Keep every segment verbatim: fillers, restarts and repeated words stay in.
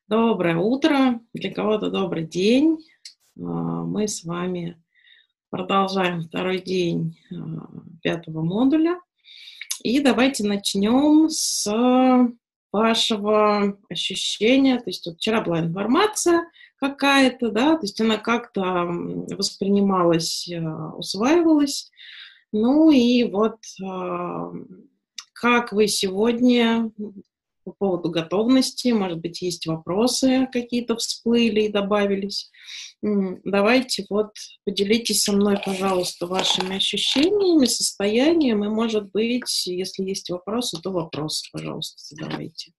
Доброе утро, для кого-то добрый день. А, Мы с вами продолжаем второй день а, пятого модуля. И давайте начнем с вашего ощущения. То есть вот вчера была информация какая-то, да, то есть она как-то м, воспринималась, а, усваивалась. Ну и вот а, как вы сегодня по поводу готовности, может быть, есть вопросы какие-то всплыли и добавились. М, Давайте вот поделитесь со мной, пожалуйста, вашими ощущениями, состоянием, и, может быть, если есть вопросы, то вопросы, пожалуйста, задавайте.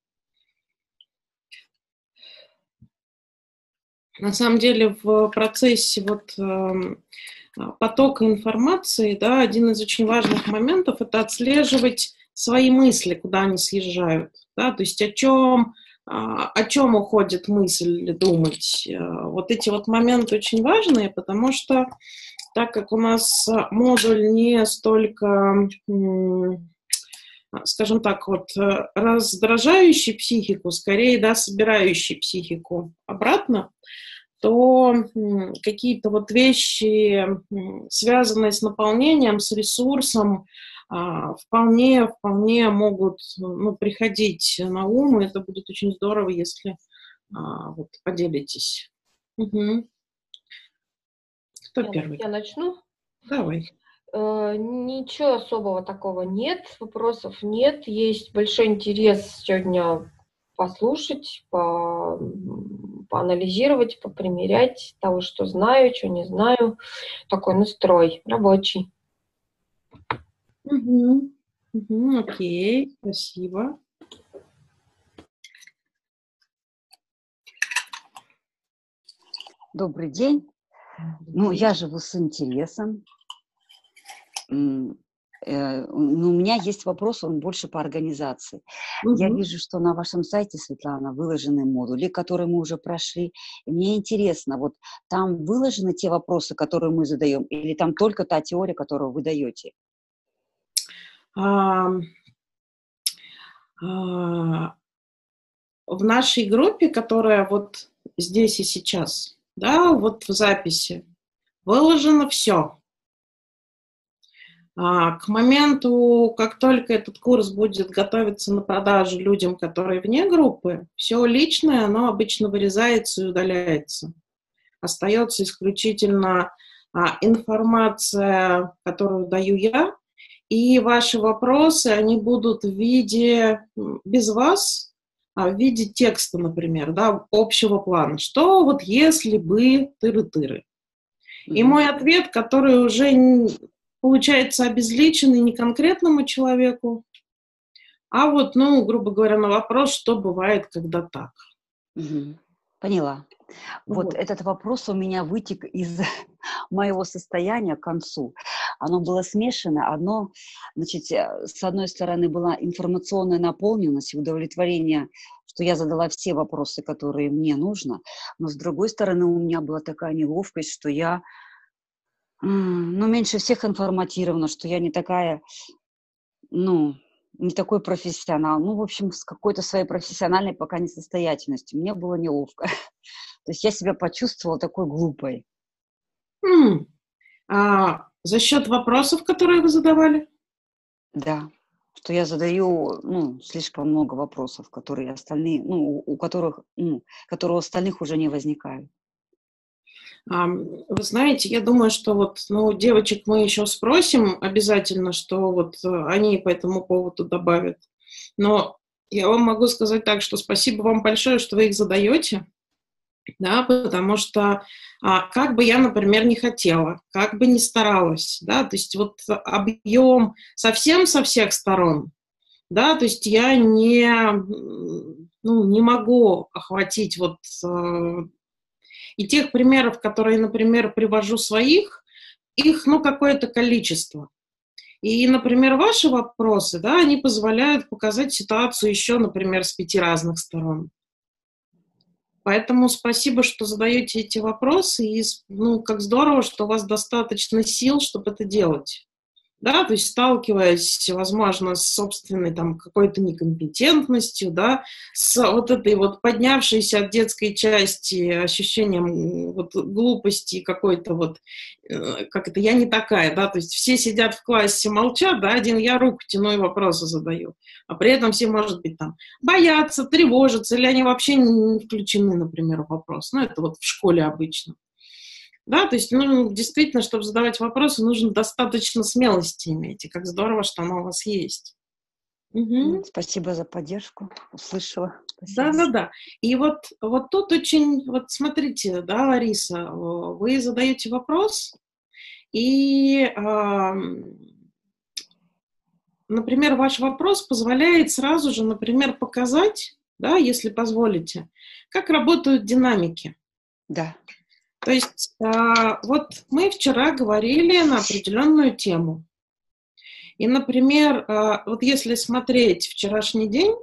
На самом деле в процессе вот эм, а, потока информации, да, один из очень важных моментов – это отслеживать свои мысли, куда они съезжают, да, то есть о чем, а, о чем уходит мысль думать. Э, Вот эти вот моменты очень важные, потому что так как у нас а, модуль не столько, м, а, скажем так, вот э, раздражающий психику, скорее, да, собирающий психику обратно, то м, какие-то вот вещи, м, связанные с наполнением, с ресурсом, а, вполне, вполне могут, ну, приходить на ум, и это будет очень здорово, если а, вот поделитесь. Мгм. Кто Я, первый? я начну. Давай. Э, ничего особого такого нет, вопросов нет. Есть большой интерес сегодня послушать, по, м, поанализировать, попримерять того, что знаю, что не знаю. Такой настрой рабочий. Мгм. Мгм, окей, спасибо. Добрый день. Ну, я живу с интересом. М, э, Но у меня есть вопрос, он больше по организации. Я Мгм. вижу, что на вашем сайте, Светлана, выложены модули, которые мы уже прошли. И мне интересно, вот там выложены те вопросы, которые мы задаем, или там только та теория, которую вы даете? А, а, В нашей группе, которая вот здесь и сейчас, да, вот в записи, выложено все. А, к моменту, как только этот курс будет готовиться на продажу людям, которые вне группы, все личное, оно обычно вырезается и удаляется. Остается исключительно а, информация, которую даю я, и ваши вопросы, они будут в виде, м, без вас, а в виде текста, например, да, общего плана. Что вот если бы тыры-тыры? И Мгм. мой ответ, который уже н- получается обезличенный не конкретному человеку, а вот, ну, грубо говоря, на вопрос, что бывает, когда так. Мгм. Поняла. Вот Вот. этот вопрос у меня вытек из моего состояния к концу. Оно было смешано. Одно, значит, э, с одной стороны была информационная наполненность, удовлетворение, что я задала все вопросы, которые мне нужно, но с другой стороны у меня была такая неловкость, что я, м, ну, меньше всех информатирована, что я не такая, ну, не такой профессионал. Ну, в общем, с какой-то своей профессиональной пока несостоятельностью. Мне было неловко. То есть я себя почувствовала такой глупой. М, а за счет вопросов, которые вы задавали? Да, что я задаю, ну, слишком много вопросов, которые остальные, ну, у у которых, ну, которые у остальных уже не возникают. Ам, Вы знаете, я думаю, что вот, ну, девочек мы еще спросим обязательно, что вот э, они по этому поводу добавят. Но я вам могу сказать так, что спасибо вам большое, что вы их задаете, да, потому что а, как бы я, например, не хотела, как бы не старалась, да, то есть вот объем совсем со всех сторон, да, то есть я не, м, ну, не могу охватить вот э, и тех примеров, которые, например, привожу своих, их, ну, какое-то количество. И, например, ваши вопросы, да, они позволяют показать ситуацию еще, например, с пяти разных сторон. Поэтому спасибо, что задаете эти вопросы, и, ну, как здорово, что у вас достаточно сил, чтобы это делать. да, то есть сталкиваясь, возможно, с собственной там какой-то некомпетентностью, да, с вот этой вот поднявшейся от детской части ощущением вот глупости какой-то вот, э, как это, я не такая, да, то есть все сидят в классе, молчат, да, один я руку тяну и вопросы задаю, а при этом все, может быть, там, боятся, тревожатся, или они вообще не включены, например, в вопрос, ну, это вот в школе обычно. Да, то есть, ну, действительно, чтобы задавать вопросы, нужно достаточно смелости иметь. И как здорово, что она у вас есть. Угу. Спасибо за поддержку. Услышала. Спасибо. Да-да-да. И вот, вот тут очень, вот смотрите, да, Лариса, вы задаете вопрос, и, например, ваш вопрос позволяет сразу же, например, показать, да, если позволите, как работают динамики. Да. То есть вот мы вчера говорили на определенную тему. И, например, вот если смотреть вчерашний день,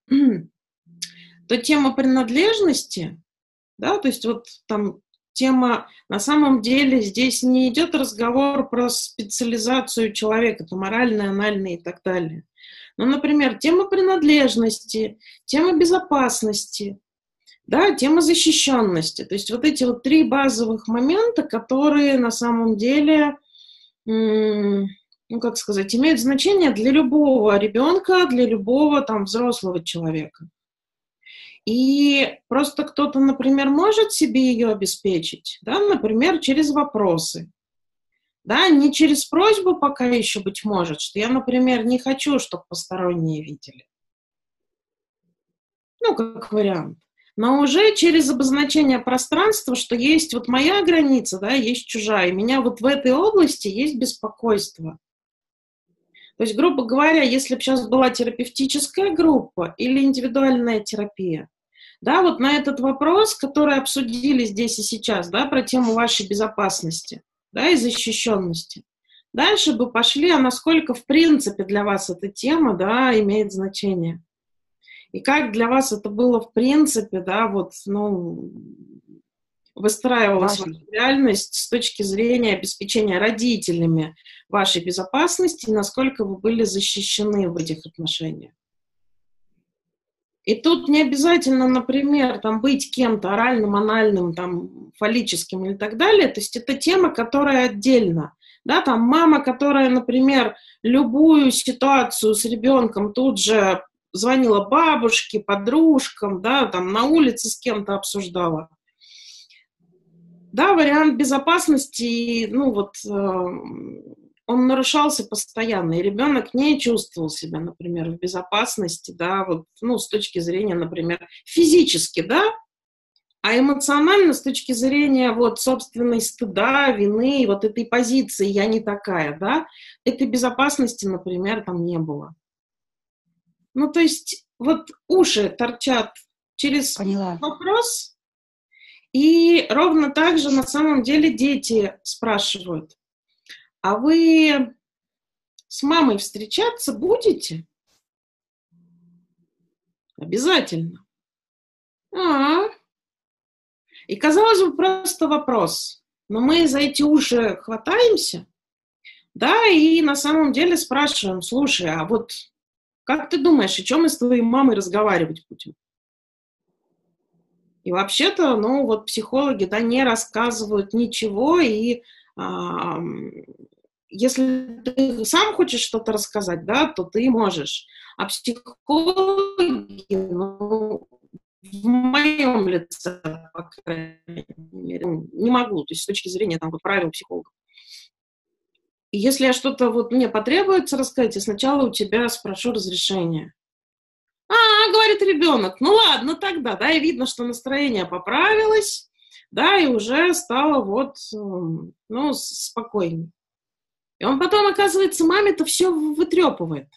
то тема принадлежности, да, то есть вот там тема, на самом деле здесь не идет разговор про специализацию человека, то моральное, анальное и так далее. Но, например, тема принадлежности, тема безопасности, да, тема защищенности. То есть вот эти вот три базовых момента, которые на самом деле, ну, как сказать, имеют значение для любого ребенка, для любого там взрослого человека. И просто кто-то, например, может себе ее обеспечить, да, например, через вопросы. Да, не через просьбу пока еще, быть может, что я, например, не хочу, чтобы посторонние видели. Ну, как вариант. Но уже через обозначение пространства, что есть вот моя граница, да, есть чужая. И у меня вот в этой области есть беспокойство. То есть, грубо говоря, если бы сейчас была терапевтическая группа или индивидуальная терапия, да, вот на этот вопрос, который обсудили здесь и сейчас, да, про тему вашей безопасности, да, и защищенности, дальше бы пошли, а насколько в принципе для вас эта тема, да, имеет значение. И как для вас это было в принципе, да, вот, ну, выстраивалась ваша реальность с точки зрения обеспечения родителями вашей безопасности, насколько вы были защищены в этих отношениях. И тут не обязательно, например, там, быть кем-то оральным, анальным, там, фаллическим или так далее. То есть это тема, которая отдельно. Да, там мама, которая, например, любую ситуацию с ребенком тут же звонила бабушке, подружкам, да, там на улице с кем-то обсуждала. Да, вариант безопасности, ну вот, э, он нарушался постоянно, и ребенок не чувствовал себя, например, в безопасности, да, вот, ну, с точки зрения, например, физически, да, а эмоционально с точки зрения вот собственной стыда, вины, вот этой позиции «я не такая», да, этой безопасности, например, там не было. Ну, то есть вот уши торчат через Поняла. вопрос, и ровно так же на самом деле дети спрашивают: а вы с мамой встречаться будете? Обязательно. А-а-а. И, казалось бы, просто вопрос. Но мы за эти уши хватаемся, да, и на самом деле спрашиваем: слушай, а вот как ты думаешь, о чем мы с твоей мамой разговаривать будем? И вообще-то, ну, вот психологи, да, не рассказывают ничего, и а, если ты сам хочешь что-то рассказать, да, то ты можешь. А психологи, ну, в моем лице, по крайней мере, не могу, то есть с точки зрения там, вот, правил психологов. И если я что-то, вот мне потребуется рассказать, я сначала у тебя спрошу разрешение. А, говорит ребенок, ну ладно тогда, да, и видно, что настроение поправилось, да, и уже стало вот, ну, спокойнее. И он потом, оказывается, маме-то все вытрепывает.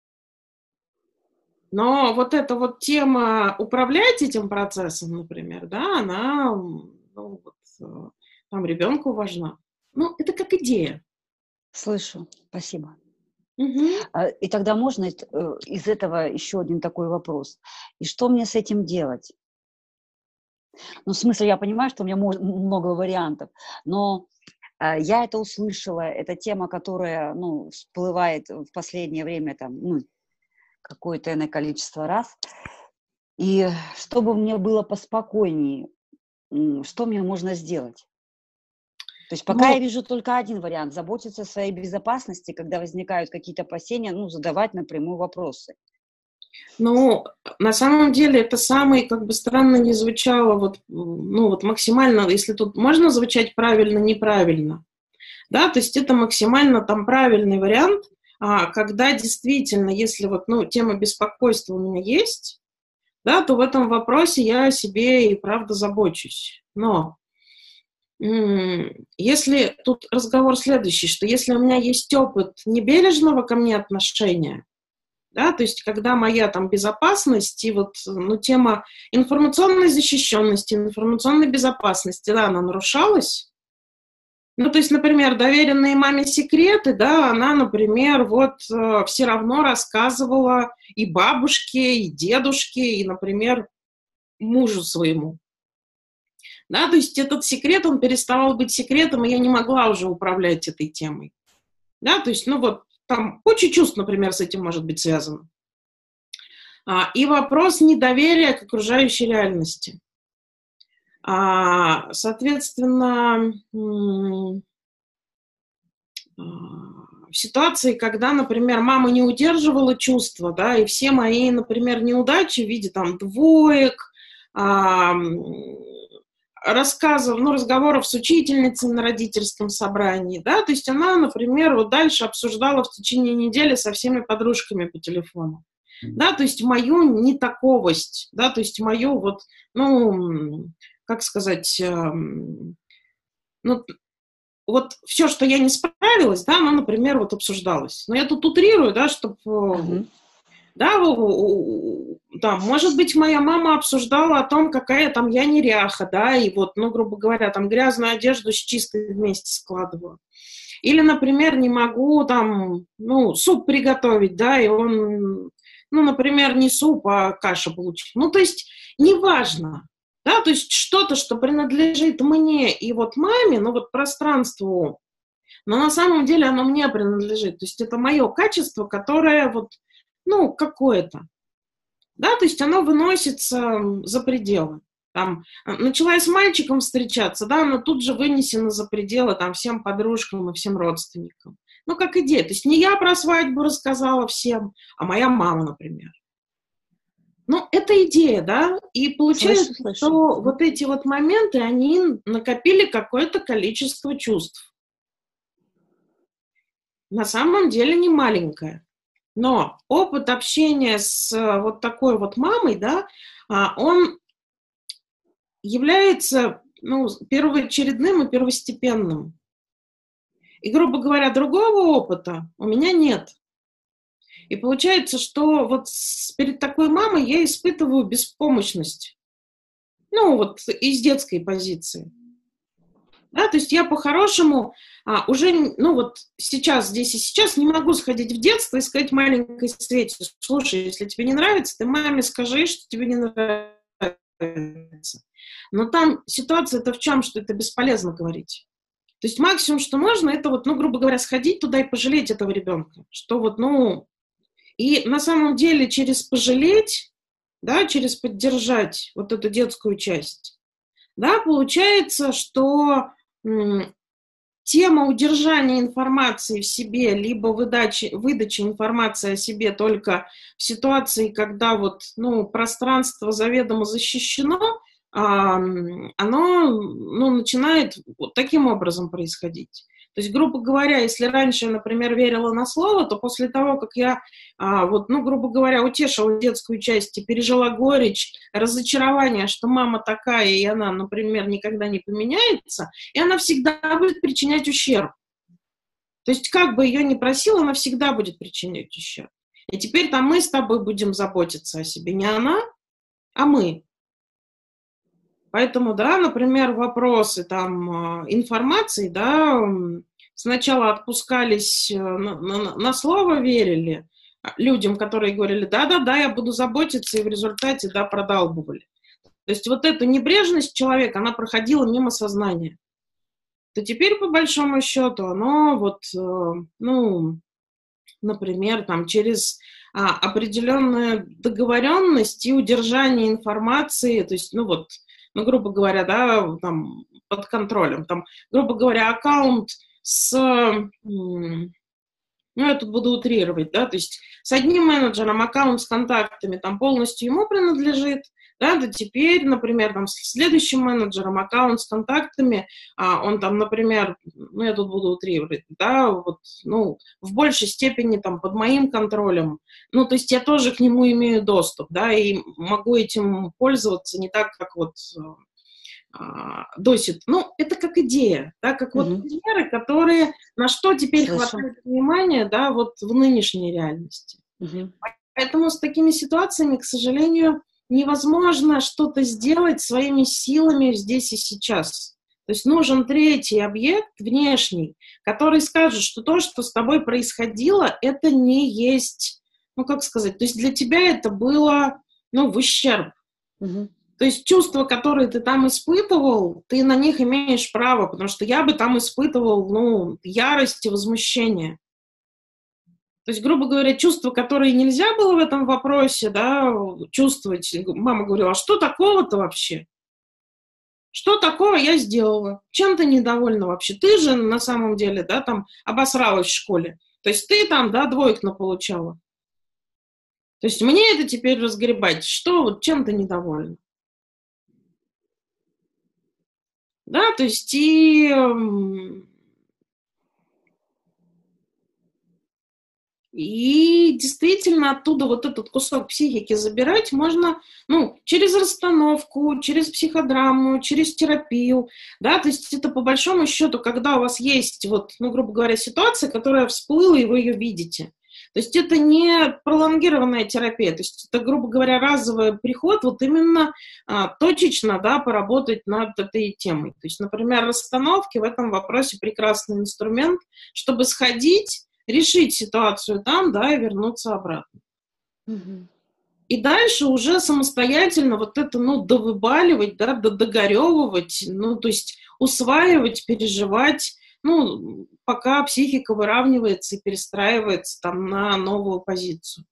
Но вот эта вот тема управлять этим процессом, например, да, она, ну, вот, там ребенку важна. Ну, это как идея. Слышу, спасибо. Угу. И тогда можно из этого еще один такой вопрос. И что мне с этим делать? Ну, в смысле, я понимаю, что у меня много вариантов, но Я это услышала, это тема, которая, ну, всплывает в последнее время, там, ну, какое-то иное количество раз. И чтобы мне было поспокойнее, что мне можно сделать? То есть пока Ну, я вижу только один вариант – заботиться о своей безопасности, когда возникают какие-то опасения, ну, задавать напрямую вопросы. Ну, на самом деле это самый, как бы странно ни звучало, вот, ну, вот максимально, если тут можно звучать правильно, неправильно, да, то есть это максимально там правильный вариант, а, когда действительно, если вот, ну, тема беспокойства у меня есть, да, то в этом вопросе я о себе и правда забочусь. Но м, если тут разговор следующий, что если у меня есть опыт небережного ко мне отношения, да, то есть когда моя там безопасность и вот, ну, тема информационной защищенности, информационной безопасности, да, она нарушалась. Ну, то есть, например, доверенные маме секреты, да, она, например, вот э, все равно рассказывала и бабушке, и дедушке, и, например, мужу своему. Да, то есть этот секрет, он переставал быть секретом, и я не могла уже управлять этой темой. Да, то есть, ну вот, там куча чувств, например, с этим может быть связано. А, и вопрос недоверия к окружающей реальности. А, соответственно, м, а, в ситуации, когда, например, мама не удерживала чувства, да, и все мои, например, неудачи в виде там двоек, а, рассказов, ну, разговоров с учительницей на родительском собрании, да, то есть она, например, вот дальше обсуждала в течение недели со всеми подружками по телефону, да, то есть мою нетаковость, да, то есть мою вот, ну, как сказать, эм, ну, вот все, что я не справилась, да, оно, например, вот обсуждалось. Но я тут утрирую, да, чтобы... Мгм. Да, да, может быть, моя мама обсуждала о том, какая там я неряха, да, и вот, ну, грубо говоря, там грязную одежду с чистой вместе складываю. Или, например, не могу там, ну, суп приготовить, да, и он, ну, например, не суп, а каша получить. Ну, то есть, неважно, да, то есть что-то, что принадлежит мне и вот маме, ну, вот пространству, но на самом деле оно мне принадлежит. То есть это мое качество, которое вот, ну, какое-то. Да, то есть оно выносится за пределы. Там, начала я с мальчиком встречаться, да, но тут же вынесено за пределы там, всем подружкам и всем родственникам. Ну, как идея. То есть не я про свадьбу рассказала всем, а моя мама, например. Ну, это идея, да, и получается, Слышу, слышу. что вот эти вот моменты, они накопили какое-то количество чувств. На самом деле не маленькое. Но опыт общения с вот такой вот мамой, да, он является, ну, первоочередным и первостепенным. И, грубо говоря, другого опыта у меня нет. И получается, что вот перед такой мамой я испытываю беспомощность. Ну, вот из детской позиции. Да, то есть я по-хорошему а, уже, ну вот сейчас, здесь и сейчас не могу сходить в детство и сказать маленькой Свете: слушай, если тебе не нравится, ты маме скажи, что тебе не нравится. Но там ситуация-то в чем, что это бесполезно говорить. То есть максимум, что можно, это вот, ну, грубо говоря, сходить туда и пожалеть этого ребенка. Что вот, ну... И на самом деле через пожалеть, да, через поддержать вот эту детскую часть, да, получается, что тема удержания информации в себе, либо выдачи, выдачи информации о себе только в ситуации, когда вот, ну, пространство заведомо защищено, а, оно, ну, начинает вот таким образом происходить. То есть, грубо говоря, если раньше я, например, верила на слово, то после того, как я, а, вот, ну, грубо говоря, утешила детскую часть и пережила горечь, разочарование, что мама такая, и она, например, никогда не поменяется, и она всегда будет причинять ущерб. То есть, как бы ее ни просила, она всегда будет причинять ущерб. И теперь там мы с тобой будем заботиться о себе. Не она, а мы. Поэтому, да, например, вопросы там информации, да, сначала отпускались, на, на, на слово верили людям, которые говорили: да-да-да, я буду заботиться, и в результате, да, продалбывали. То есть вот эта небрежность человека, она проходила мимо сознания. то теперь, по большому счету, оно вот, ну, например, там, через а, определенную договоренность и удержание информации, то есть, ну вот, ну, грубо говоря, да, там, под контролем, там, грубо говоря, аккаунт с, ну, я тут буду утрировать, да, то есть с одним менеджером аккаунт с контактами там полностью ему принадлежит, да, да теперь, например, там, с следующим менеджером аккаунт с контактами, а, он там, например, ну, я тут буду утрировать, да, вот, ну, в большей степени там под моим контролем, ну, то есть я тоже к нему имею доступ, да, и могу этим пользоваться не так, как вот а, досит. Ну, это как идея, да, как вот Мгм. примеры, которые, на что теперь Слышу. хватает внимания, да, вот в нынешней реальности. Мгм. Поэтому с такими ситуациями, к сожалению, невозможно что-то сделать своими силами здесь и сейчас. То есть нужен третий объект, внешний, который скажет, что то, что с тобой происходило, это не есть, ну, как сказать, то есть для тебя это было, ну, в ущерб. Мгм. То есть чувства, которые ты там испытывал, ты на них имеешь право, потому что я бы там испытывал, ну, ярость и возмущение. То есть, грубо говоря, чувства, которые нельзя было в этом вопросе, да, чувствовать. Мама говорила, а что такого-то вообще? Что такого я сделала? Чем ты недовольна вообще? Ты же на самом деле, да, там обосралась в школе. То есть ты там, да, двоек наполучала. То есть мне это теперь разгребать. Что, вот чем ты недовольна? Да, то есть и... И действительно оттуда вот этот кусок психики забирать можно, ну, через расстановку, через психодраму, через терапию, да, то есть это по большому счету, когда у вас есть вот, ну, грубо говоря, ситуация, которая всплыла, и вы ее видите. То есть это не пролонгированная терапия, то есть это, грубо говоря, разовый приход, вот именно а, точечно, да, поработать над этой темой. То есть, например, расстановки в этом вопросе прекрасный инструмент, чтобы сходить, решить ситуацию там, да, и вернуться обратно. Мгм. И дальше уже самостоятельно вот это, ну, довыбаливать, да, догоревывать, ну, то есть усваивать, переживать, ну, пока психика выравнивается и перестраивается там на новую позицию.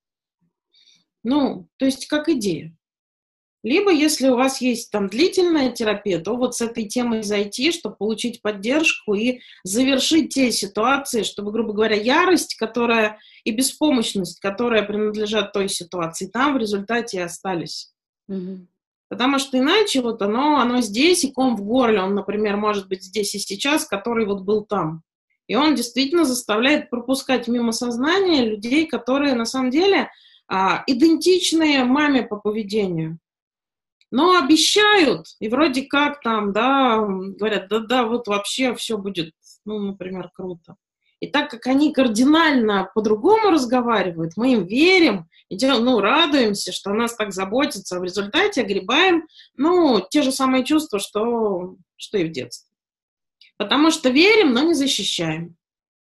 Ну, то есть как идея. Либо, если у вас есть там длительная терапия, то вот с этой темой зайти, чтобы получить поддержку и завершить те ситуации, чтобы, грубо говоря, ярость, которая и беспомощность, которая принадлежат той ситуации, там в результате и остались. Мгм. Потому что иначе вот оно, оно здесь, и ком в горле, он, например, может быть здесь и сейчас, который вот был там. И он действительно заставляет пропускать мимо сознания людей, которые на самом деле а, идентичны маме по поведению. Но обещают, и вроде как там, да, говорят, да-да, вот вообще все будет, ну, например, круто. И так как они кардинально по-другому разговаривают, мы им верим, идем, ну, радуемся, что о нас так заботятся, а в результате огребаем, ну, те же самые чувства, что, что и в детстве. Потому что верим, но не защищаем.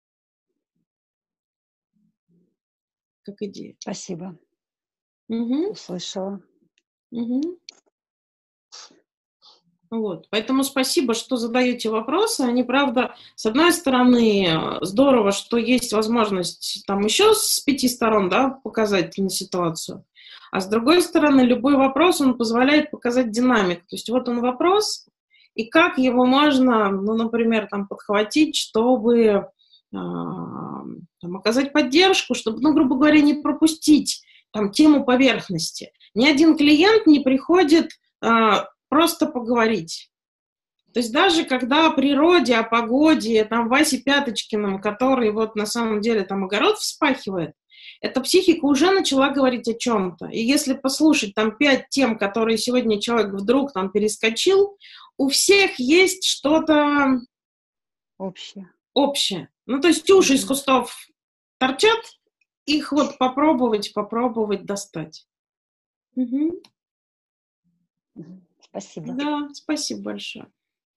Как идея. Спасибо. Угу. Услышала. Угу. Вот. Поэтому спасибо, что задаете вопросы. Они, правда, с одной стороны, здорово, что есть возможность там еще с пяти сторон, да, показать на ситуацию. А с другой стороны, любой вопрос, он позволяет показать динамику. То есть вот он вопрос, и как его можно, ну, например, там, подхватить, чтобы э, там, оказать поддержку, чтобы, ну, грубо говоря, не пропустить там, тему поверхности. Ни один клиент не приходит э, просто поговорить. То есть даже когда о природе, о погоде, там, Васе Пяточкиным, который вот на самом деле там огород вспахивает, эта психика уже начала говорить о чем-то. И если послушать там пять тем, которые сегодня человек вдруг там перескочил, у всех есть что-то Общее. общее. Ну, то есть уши из Мгм. кустов торчат, их вот попробовать, попробовать достать. Угу. Мгм. Спасибо. Да, спасибо большое.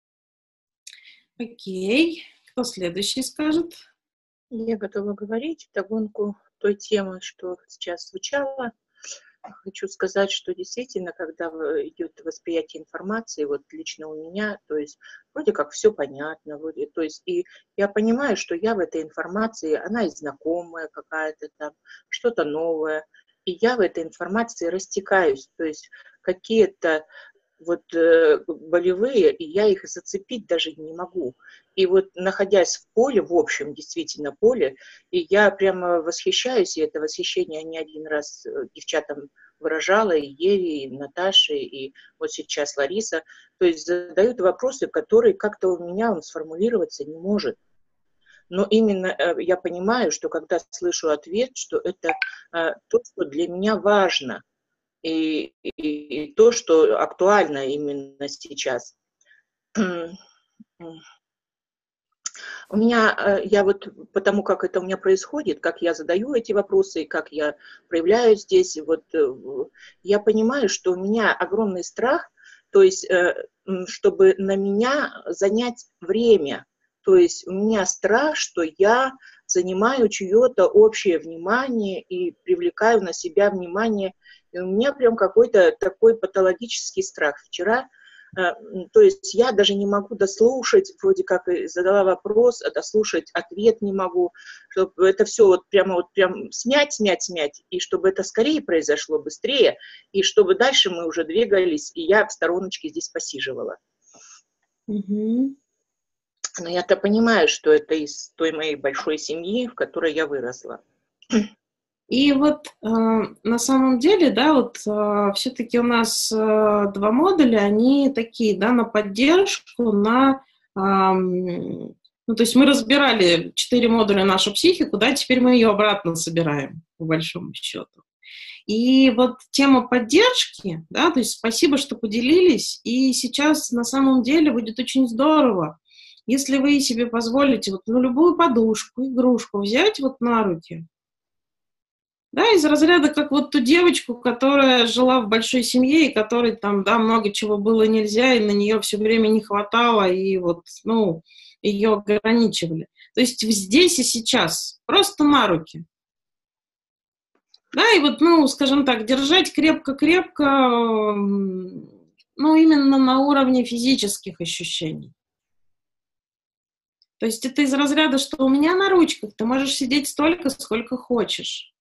Окей. Кто следующий скажет? Я готова говорить вдогонку той темы, что сейчас звучало. Хочу сказать, что действительно, когда идет восприятие информации, вот лично у меня, то есть вроде как все понятно, вроде, то есть и я понимаю, что я в этой информации, она и знакомая какая-то там, что-то новое, и я в этой информации растекаюсь, то есть какие-то вот э, болевые, и я их зацепить даже не могу. И вот находясь в поле, в общем, действительно поле, и я прямо восхищаюсь, и это восхищение не один раз девчатам выражала, и Еве, и Наташе, и вот сейчас Лариса, то есть задают вопросы, которые как-то у меня он сформулироваться не может. Но именно э, я понимаю, что когда слышу ответ, что это э, то, что для меня важно, И, и, и то, что актуально именно сейчас. У меня, я вот потому как это у меня происходит, как я задаю эти вопросы, как я проявляюсь здесь, вот я понимаю, что у меня огромный страх, то есть чтобы на меня занять время. То есть у меня страх, что я занимаю чье-то общее внимание и привлекаю на себя внимание. И у меня прям какой-то такой патологический страх. Вчера, э, то есть я даже не могу дослушать, вроде как и задала вопрос, а дослушать ответ не могу, чтобы это все вот прямо вот прям снять, снять, снять, и чтобы это скорее произошло, быстрее, и чтобы дальше мы уже двигались, и я в стороночке здесь посиживала. Угу. Но я-то понимаю, что это из той моей большой семьи, в которой я выросла. И вот э, на самом деле, да, вот э, все-таки у нас э, два модуля, они такие, да, на поддержку, на, э, ну, то есть мы разбирали четыре модуля нашу психику, да, теперь мы ее обратно собираем, по большому счету. И вот тема поддержки, да, то есть спасибо, что поделились, и сейчас на самом деле будет очень здорово, если вы себе позволите вот, ну, любую подушку, игрушку взять вот на руки. Да, из разряда, как вот ту девочку, которая жила в большой семье, и которой там, да, много чего было нельзя, и на нее все время не хватало, и вот, ну, ее ограничивали. То есть здесь и сейчас, просто на руки. Да, и вот, ну, скажем так, держать крепко-крепко, ну, именно на уровне физических ощущений. То есть это из разряда, что у меня на ручках ты можешь сидеть столько, сколько хочешь.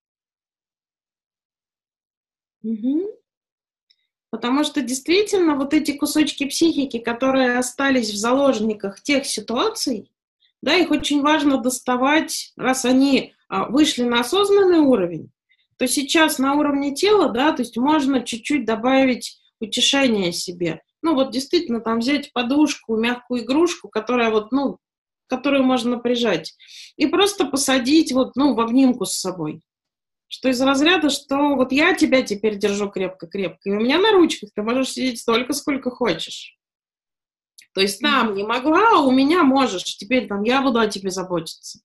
Угу. Потому что действительно вот эти кусочки психики, которые остались в заложниках тех ситуаций, да, их очень важно доставать, раз они а, вышли на осознанный уровень, то сейчас на уровне тела, да, то есть можно чуть-чуть добавить утешение себе. Ну вот действительно там взять подушку, мягкую игрушку, которая вот, ну, которую можно прижать, и просто посадить вот, ну, в обнимку с собой. Что из разряда, что вот я тебя теперь держу крепко-крепко, и у меня на ручках ты можешь сидеть столько, сколько хочешь. То есть там не могла, а у меня можешь, теперь там я буду о тебе заботиться.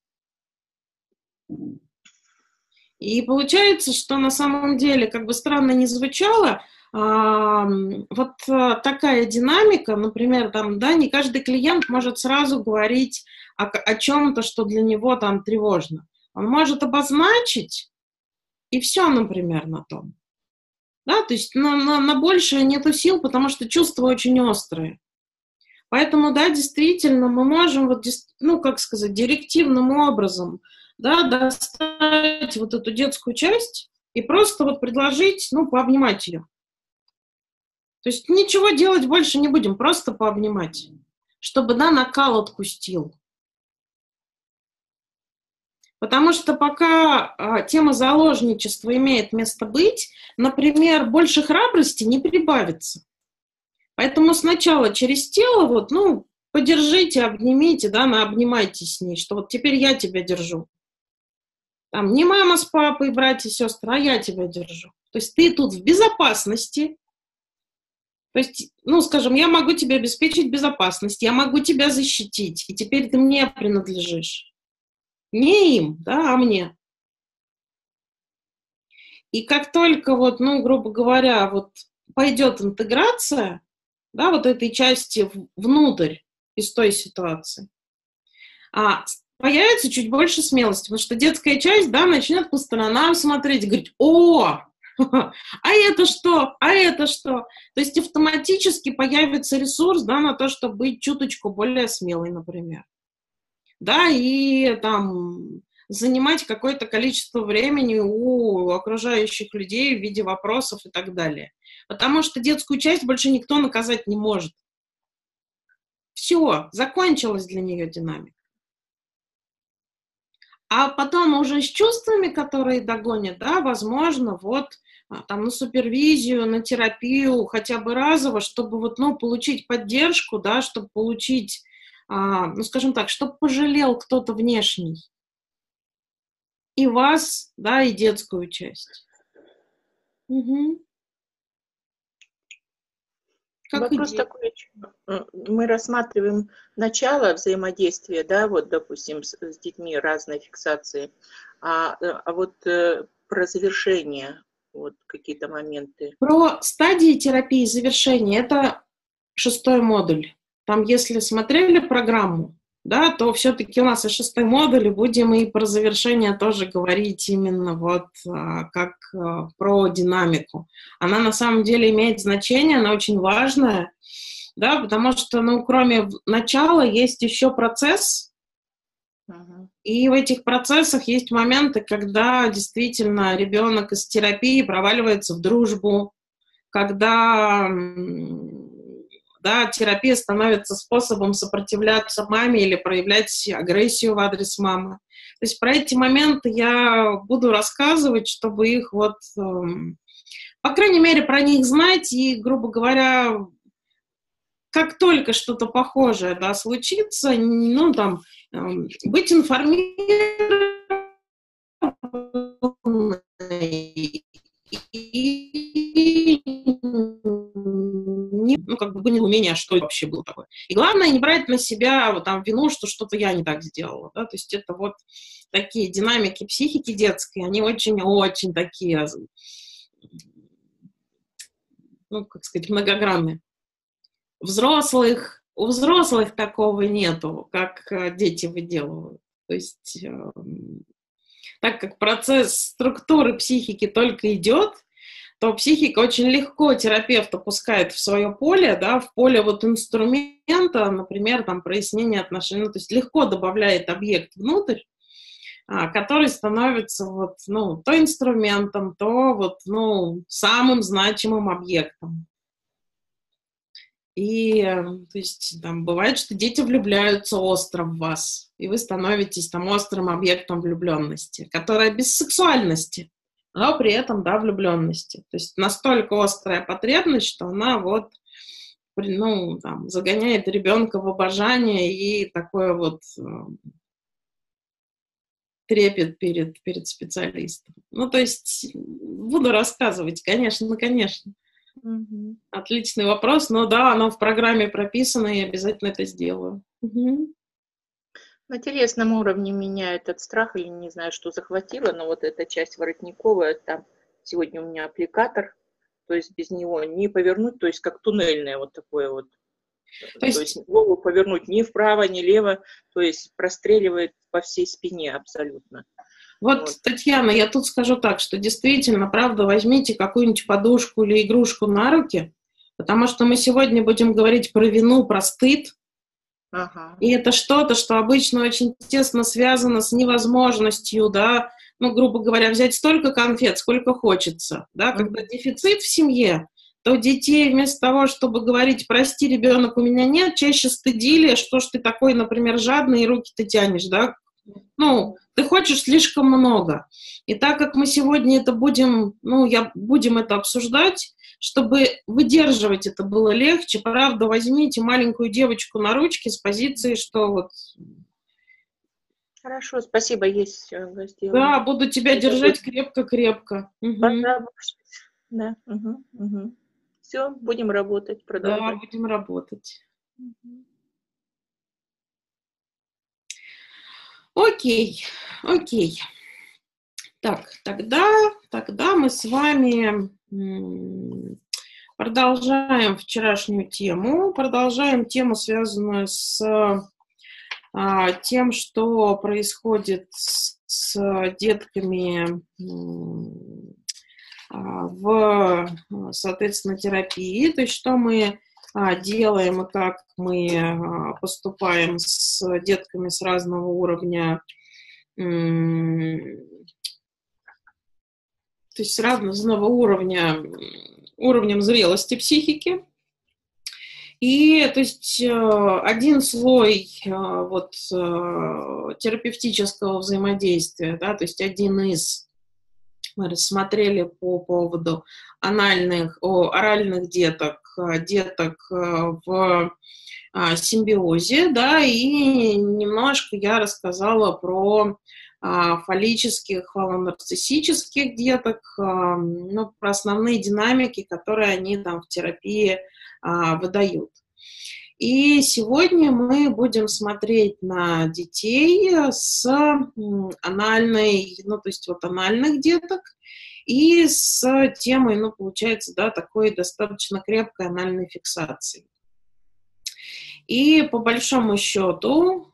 И получается, что на самом деле, как бы странно ни звучало, а, вот а, такая динамика, например, там, да, не каждый клиент может сразу говорить о, о чем-то, что для него там тревожно. Он может обозначить, и все, например, на том. Да, то есть на, на, на большее нету сил, потому что чувства очень острые. Поэтому, да, действительно, мы можем, вот, ну, как сказать, директивным образом, да, достать вот эту детскую часть и просто вот предложить, ну, пообнимать ее. То есть ничего делать больше не будем, просто пообнимать, чтобы, да, накал отпустил. Потому что пока а, тема заложничества имеет место быть, например, больше храбрости не прибавится. Поэтому сначала через тело, вот, ну, подержите, обнимите, да, обнимайтесь с ней, что вот теперь я тебя держу. Там не мама с папой, братья, сестры, а я тебя держу. То есть ты тут в безопасности. То есть, ну, скажем, я могу тебе обеспечить безопасность, я могу тебя защитить, и теперь ты мне принадлежишь. Не им, да, а мне. И как только вот, ну, грубо говоря, вот пойдет интеграция, да, вот этой части внутрь из той ситуации, а появится чуть больше смелости, потому что детская часть, да, начнет по сторонам смотреть, говорить: о, А это что? А это что? То есть автоматически появится ресурс, да, на то, чтобы быть чуточку более смелой, например. Да, и там занимать какое-то количество времени у окружающих людей в виде вопросов и так далее. Потому что детскую часть больше никто наказать не может. Все, закончилась для нее динамика. А потом уже с чувствами, которые догонят, да, возможно, вот там на супервизию, на терапию, хотя бы разово, чтобы вот, ну, получить поддержку, да, чтобы получить, а, ну, скажем так, чтобы пожалел кто-то внешний. И вас, да, и детскую часть. Угу. Как Вопрос идея. такой, мы рассматриваем начало взаимодействия, да, вот, допустим, с, с детьми разной фиксации, а, а вот э, про завершение, вот какие-то моменты. Про стадии терапии завершения, это шестой модуль. Там, если смотрели программу, да, то все-таки у нас и шестой модуль, и будем и про завершение тоже говорить именно вот а, как а, про динамику. Она на самом деле имеет значение, она очень важная, да, потому что, ну, кроме начала есть еще процесс, uh-huh. И в этих процессах есть моменты, когда действительно ребенок из терапии проваливается в дружбу, когда... Да, терапия становится способом сопротивляться маме или проявлять агрессию в адрес мамы. То есть про эти моменты я буду рассказывать, чтобы их вот, эм, по крайней мере, про них знать и, грубо говоря, как только что-то похожее, да, случится, ну, там, эм, быть информированной и не, ну, как бы не умение, что вообще было такое. И главное, не брать на себя вот, там, вину, что что-то я не так сделала. Да? То есть это вот такие динамики психики детской, они очень-очень такие, ну, как сказать, многогранные. Взрослых, у взрослых такого нету, как дети выделывают. То есть э, так как процесс структуры психики только идет, то психика очень легко терапевта пускает в свое поле, да, в поле вот инструмента, например, там, прояснение отношений, ну, то есть легко добавляет объект внутрь, а, который становится вот, ну, то инструментом, то вот, ну, самым значимым объектом. И, то есть, там, бывает, что дети влюбляются остро в вас, и вы становитесь там острым объектом влюбленности, которая без сексуальности, но при этом, да, влюбленности. То есть настолько острая потребность, что она вот, ну, там, загоняет ребенка в обожание и такое вот э, трепет перед, перед специалистом. Ну, то есть буду рассказывать, конечно, конечно. Угу. Отличный вопрос, но да, оно в программе прописано, и обязательно это сделаю. Угу. На телесном уровне меня этот страх, или не знаю, что захватило, но вот эта часть воротниковая, там сегодня у меня аппликатор, то есть без него не повернуть, то есть как туннельное вот такое вот. То есть, то есть голову повернуть ни вправо, ни влево, то есть простреливает по всей спине абсолютно. Вот, вот, Татьяна, я тут скажу так, что действительно, правда, возьмите какую-нибудь подушку или игрушку на руки, потому что мы сегодня будем говорить про вину, про стыд. Ага. И это что-то, что обычно очень тесно связано с невозможностью, да, ну, грубо говоря, взять столько конфет, сколько хочется, да, ага. Когда дефицит в семье, то детей вместо того, чтобы говорить, прости, ребенок, у меня нет, чаще стыдили, что ж ты такой, например, жадный, и руки ты тянешь, да, ну, ты хочешь слишком много. И так как мы сегодня это будем, ну, я, будем это обсуждать, чтобы выдерживать это было легче, правда, возьмите маленькую девочку на ручки с позиции, что вот... Хорошо, спасибо, есть. Да, буду тебя держать крепко-крепко. Угу. Да, угу, угу. Все, будем работать, продолжать. Да, будем работать. Угу. Окей, окей. Так, тогда, тогда мы с вами продолжаем вчерашнюю тему, продолжаем тему, связанную с а, тем, что происходит с, с детками в, соответственно, терапии, то есть что мы делаем и как мы поступаем с детками с разного уровня, то есть с разного уровня, уровнем зрелости психики. И, то есть, один слой вот, терапевтического взаимодействия, да, то есть один из мы рассмотрели по поводу анальных, о, оральных деток, деток в симбиозе, да, и немножко я рассказала про фаллических, фалонарциссических деток, ну, про основные динамики, которые они там в терапии а, выдают. И сегодня мы будем смотреть на детей с анальной, ну, то есть вот анальных деток, и с темой, ну, получается, да, такой достаточно крепкой анальной фиксации. И по большому счету,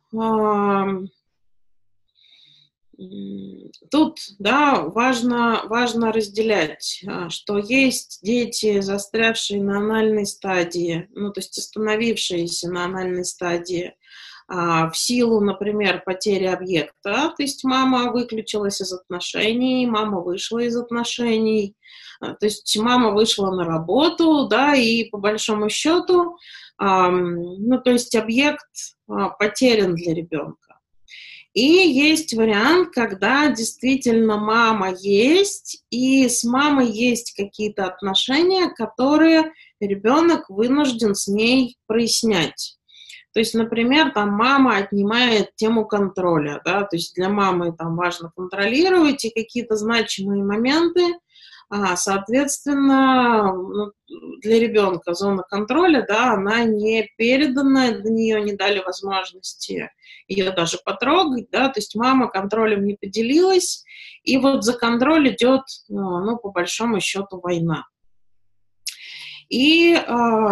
тут, да, важно, важно разделять, что есть дети, застрявшие на анальной стадии, ну, то есть остановившиеся на анальной стадии в силу, например, потери объекта, то есть мама выключилась из отношений, мама вышла из отношений, то есть мама вышла на работу, да, и по большому счету, ну, то есть объект потерян для ребенка. И есть вариант, когда действительно мама есть, и с мамой есть какие-то отношения, которые ребенок вынужден с ней прояснять. То есть, например, там мама отнимает тему контроля, да, то есть для мамы там важно контролировать и какие-то значимые моменты, а, соответственно, ну, для ребенка зона контроля, да, она не передана, до нее не дали возможности ее даже потрогать, да, то есть мама контролем не поделилась, и вот за контроль идет, ну, по большому счету, война. И,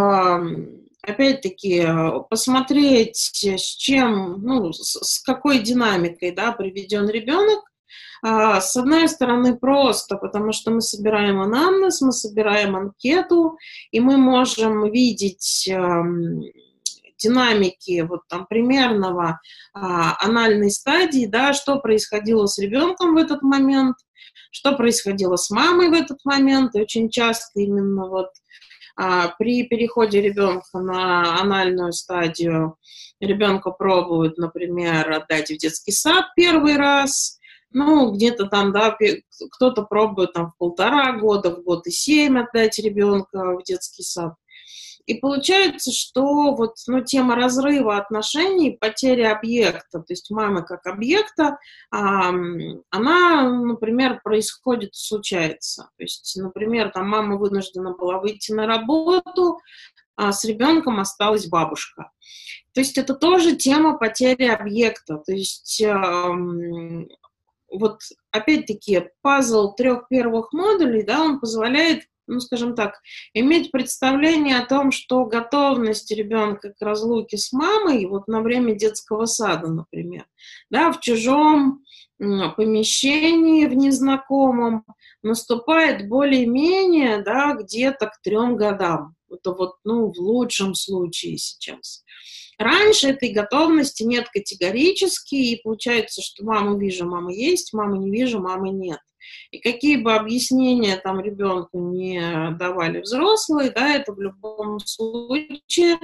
опять-таки, посмотреть, с чем, ну, с какой динамикой, да, приведен ребенок. С одной стороны, просто, потому что мы собираем анамнез, мы собираем анкету, и мы можем видеть динамики вот там примерного а, анальной стадии, да, что происходило с ребенком в этот момент, что происходило с мамой в этот момент, и очень часто именно вот а, при переходе ребенка на анальную стадию ребенка пробуют, например, отдать в детский сад первый раз, ну, где-то там, да, кто-то пробует там в полтора года, в год и семь отдать ребенка в детский сад. И получается, что вот, ну, тема разрыва отношений, потери объекта, то есть мамы как объекта, а, она, например, происходит, случается. То есть, например, там мама вынуждена была выйти на работу, а с ребенком осталась бабушка. То есть это тоже тема потери объекта. То есть а, вот опять-таки пазл трех первых модулей, да, он позволяет, ну, скажем так, иметь представление о том, что готовность ребенка к разлуке с мамой вот на время детского сада, например, да, в чужом помещении, в незнакомом, наступает более-менее, да, где-то к трем годам. Это вот, ну, в лучшем случае сейчас. Раньше этой готовности нет категорически, и получается, что маму вижу, мама есть, маму не вижу, мамы нет. И какие бы объяснения там ребенку не давали взрослые, да, это в любом случае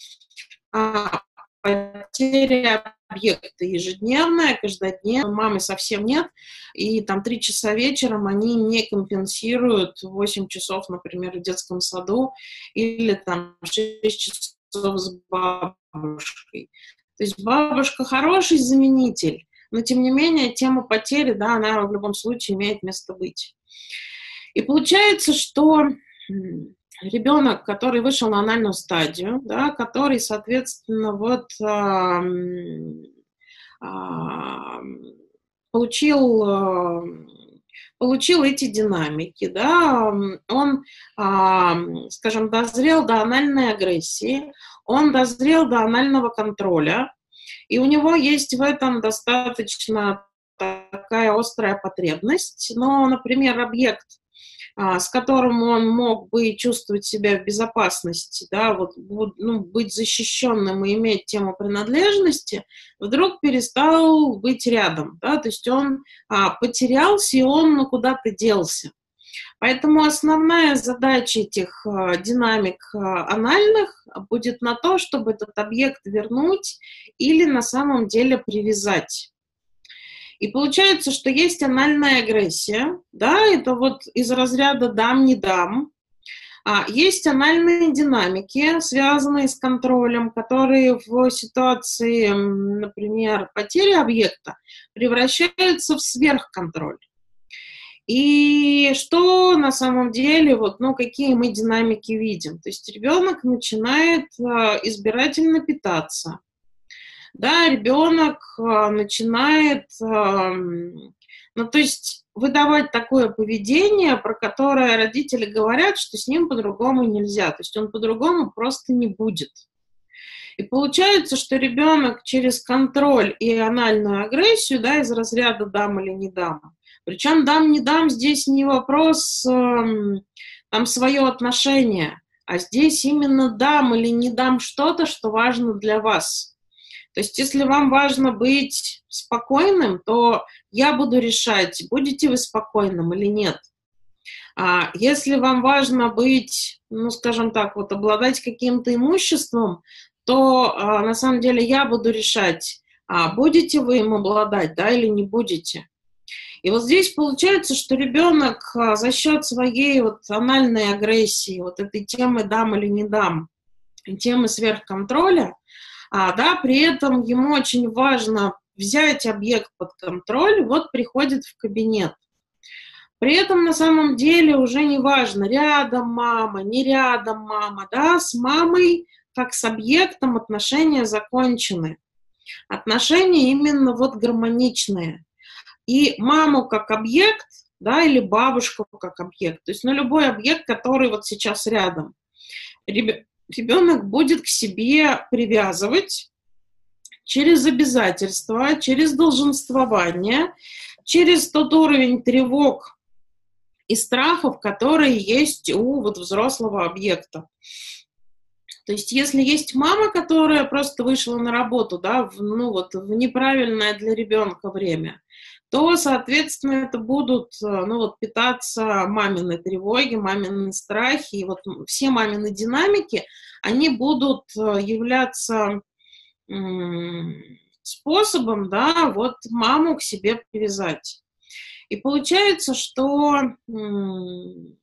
а, потеря объекта ежедневная, каждодневная, мамы совсем нет, и там три часа вечером они не компенсируют восемь часов, например, в детском саду, или там шесть часов с бабушкой. То есть бабушка хороший заменитель, но, тем не менее, тема потери, да, она в любом случае имеет место быть. И получается, что ребенок, который вышел на анальную стадию, да, который, соответственно, вот а, а, получил, а, получил эти динамики, да, он, а, скажем, дозрел до анальной агрессии, он дозрел до анального контроля, и у него есть в этом достаточно такая острая потребность. Но, например, объект с которым он мог бы чувствовать себя в безопасности, да, вот, ну, быть защищенным и иметь тему принадлежности, вдруг перестал быть рядом, да, то есть он а, потерялся, и он ну, куда-то делся. Поэтому основная задача этих а, динамик а, анальных будет на то, чтобы этот объект вернуть или на самом деле привязать. И получается, что есть анальная агрессия, да, это вот из разряда «дам, не дам». А есть анальные динамики, связанные с контролем, которые в ситуации, например, потери объекта превращаются в сверхконтроль. И что на самом деле, вот, ну, какие мы динамики видим? То есть ребенок начинает а, избирательно питаться. Да, ребенок а, начинает, а, ну, то есть выдавать такое поведение, про которое родители говорят, что с ним по-другому нельзя, то есть он по-другому просто не будет. И получается, что ребенок через контроль и анальную агрессию, да, из разряда «дам или не дам», причем «дам, не дам» здесь не вопрос а, там свое отношение, а здесь именно «дам или не дам» что-то, что важно для вас. То есть, если вам важно быть спокойным, то я буду решать, будете вы спокойным или нет. А если вам важно быть, ну, скажем так, вот обладать каким-то имуществом, то а, на самом деле я буду решать, а будете вы им обладать, да, или не будете. И вот здесь получается, что ребенок а, за счет своей вот анальной агрессии, вот этой темы «дам или не дам», темы сверхконтроля, А, да, при этом ему очень важно взять объект под контроль, вот приходит в кабинет. При этом на самом деле уже не важно, рядом мама, не рядом мама, да, с мамой как с объектом отношения закончены. Отношения именно вот гармоничные. И маму как объект, да, или бабушку как объект, то есть на любой объект, который вот сейчас рядом. Ребенок будет к себе привязывать через обязательства, через долженствование, через тот уровень тревог и страхов, которые есть у вот взрослого объекта. То есть если есть мама, которая просто вышла на работу, да, в, ну вот, в неправильное для ребенка время, то, соответственно, это будут, ну, вот, питаться мамины тревоги, мамины страхи, и вот все мамины динамики, они будут являться м- способом, да, вот маму к себе привязать. И получается, что м-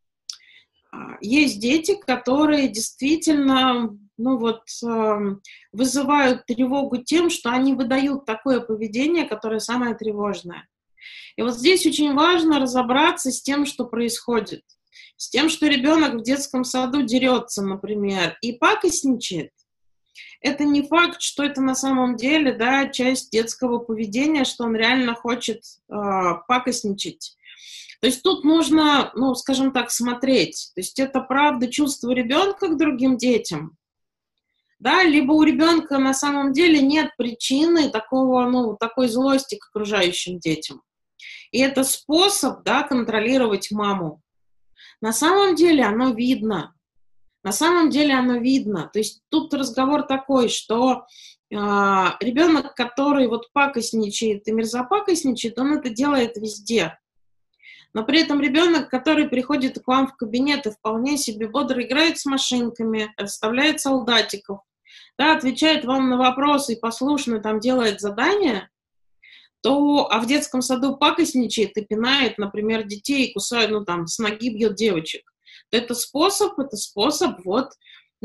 есть дети, которые действительно, ну вот, вызывают тревогу тем, что они выдают такое поведение, которое самое тревожное. И вот здесь очень важно разобраться с тем, что происходит. С тем, что ребенок в детском саду дерется, например, и пакостничает. Это не факт, что это на самом деле, да, часть детского поведения, что он реально хочет э, пакостничать. То есть тут нужно, ну, скажем так, смотреть. То есть это правда чувство ребенка к другим детям, да, либо у ребенка на самом деле нет причины такого, ну, такой злости к окружающим детям. И это способ, да, контролировать маму. На самом деле оно видно. На самом деле оно видно. То есть тут разговор такой, что э, ребенок, который вот пакостничает и мерзопакостничает, он это делает везде. Но при этом ребенок, который приходит к вам в кабинет и вполне себе бодро играет с машинками, расставляет солдатиков, да, отвечает вам на вопросы и послушно там делает задания, то, а в детском саду пакостничает и пинает, например, детей, кусает, ну там, с ноги бьет девочек, то это способ, это способ вот